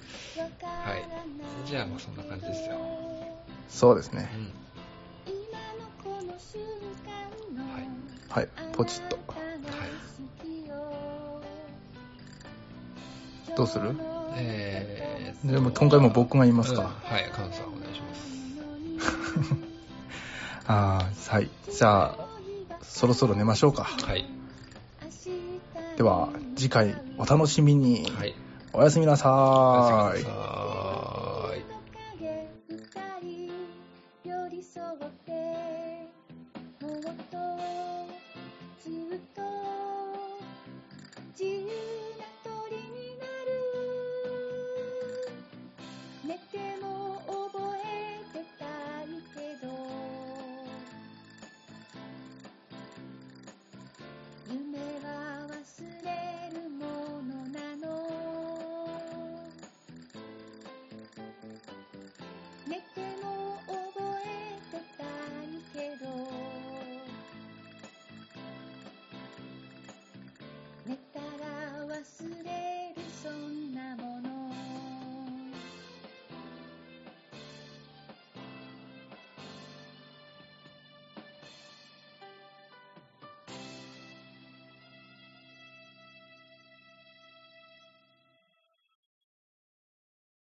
じゃあ、まあそんな感じですよ。
そうですね。
うん、
はい。はい、ポチッと。はい。どうする？えー、でも今回も僕が言いますか。うん、
はい、カンさんお願いします。
あー、はい。じゃあ、そろそろ寝ましょうか。
はい。
では、次回お楽しみに。はい。おやすみなさーい。
おやすみなさーい。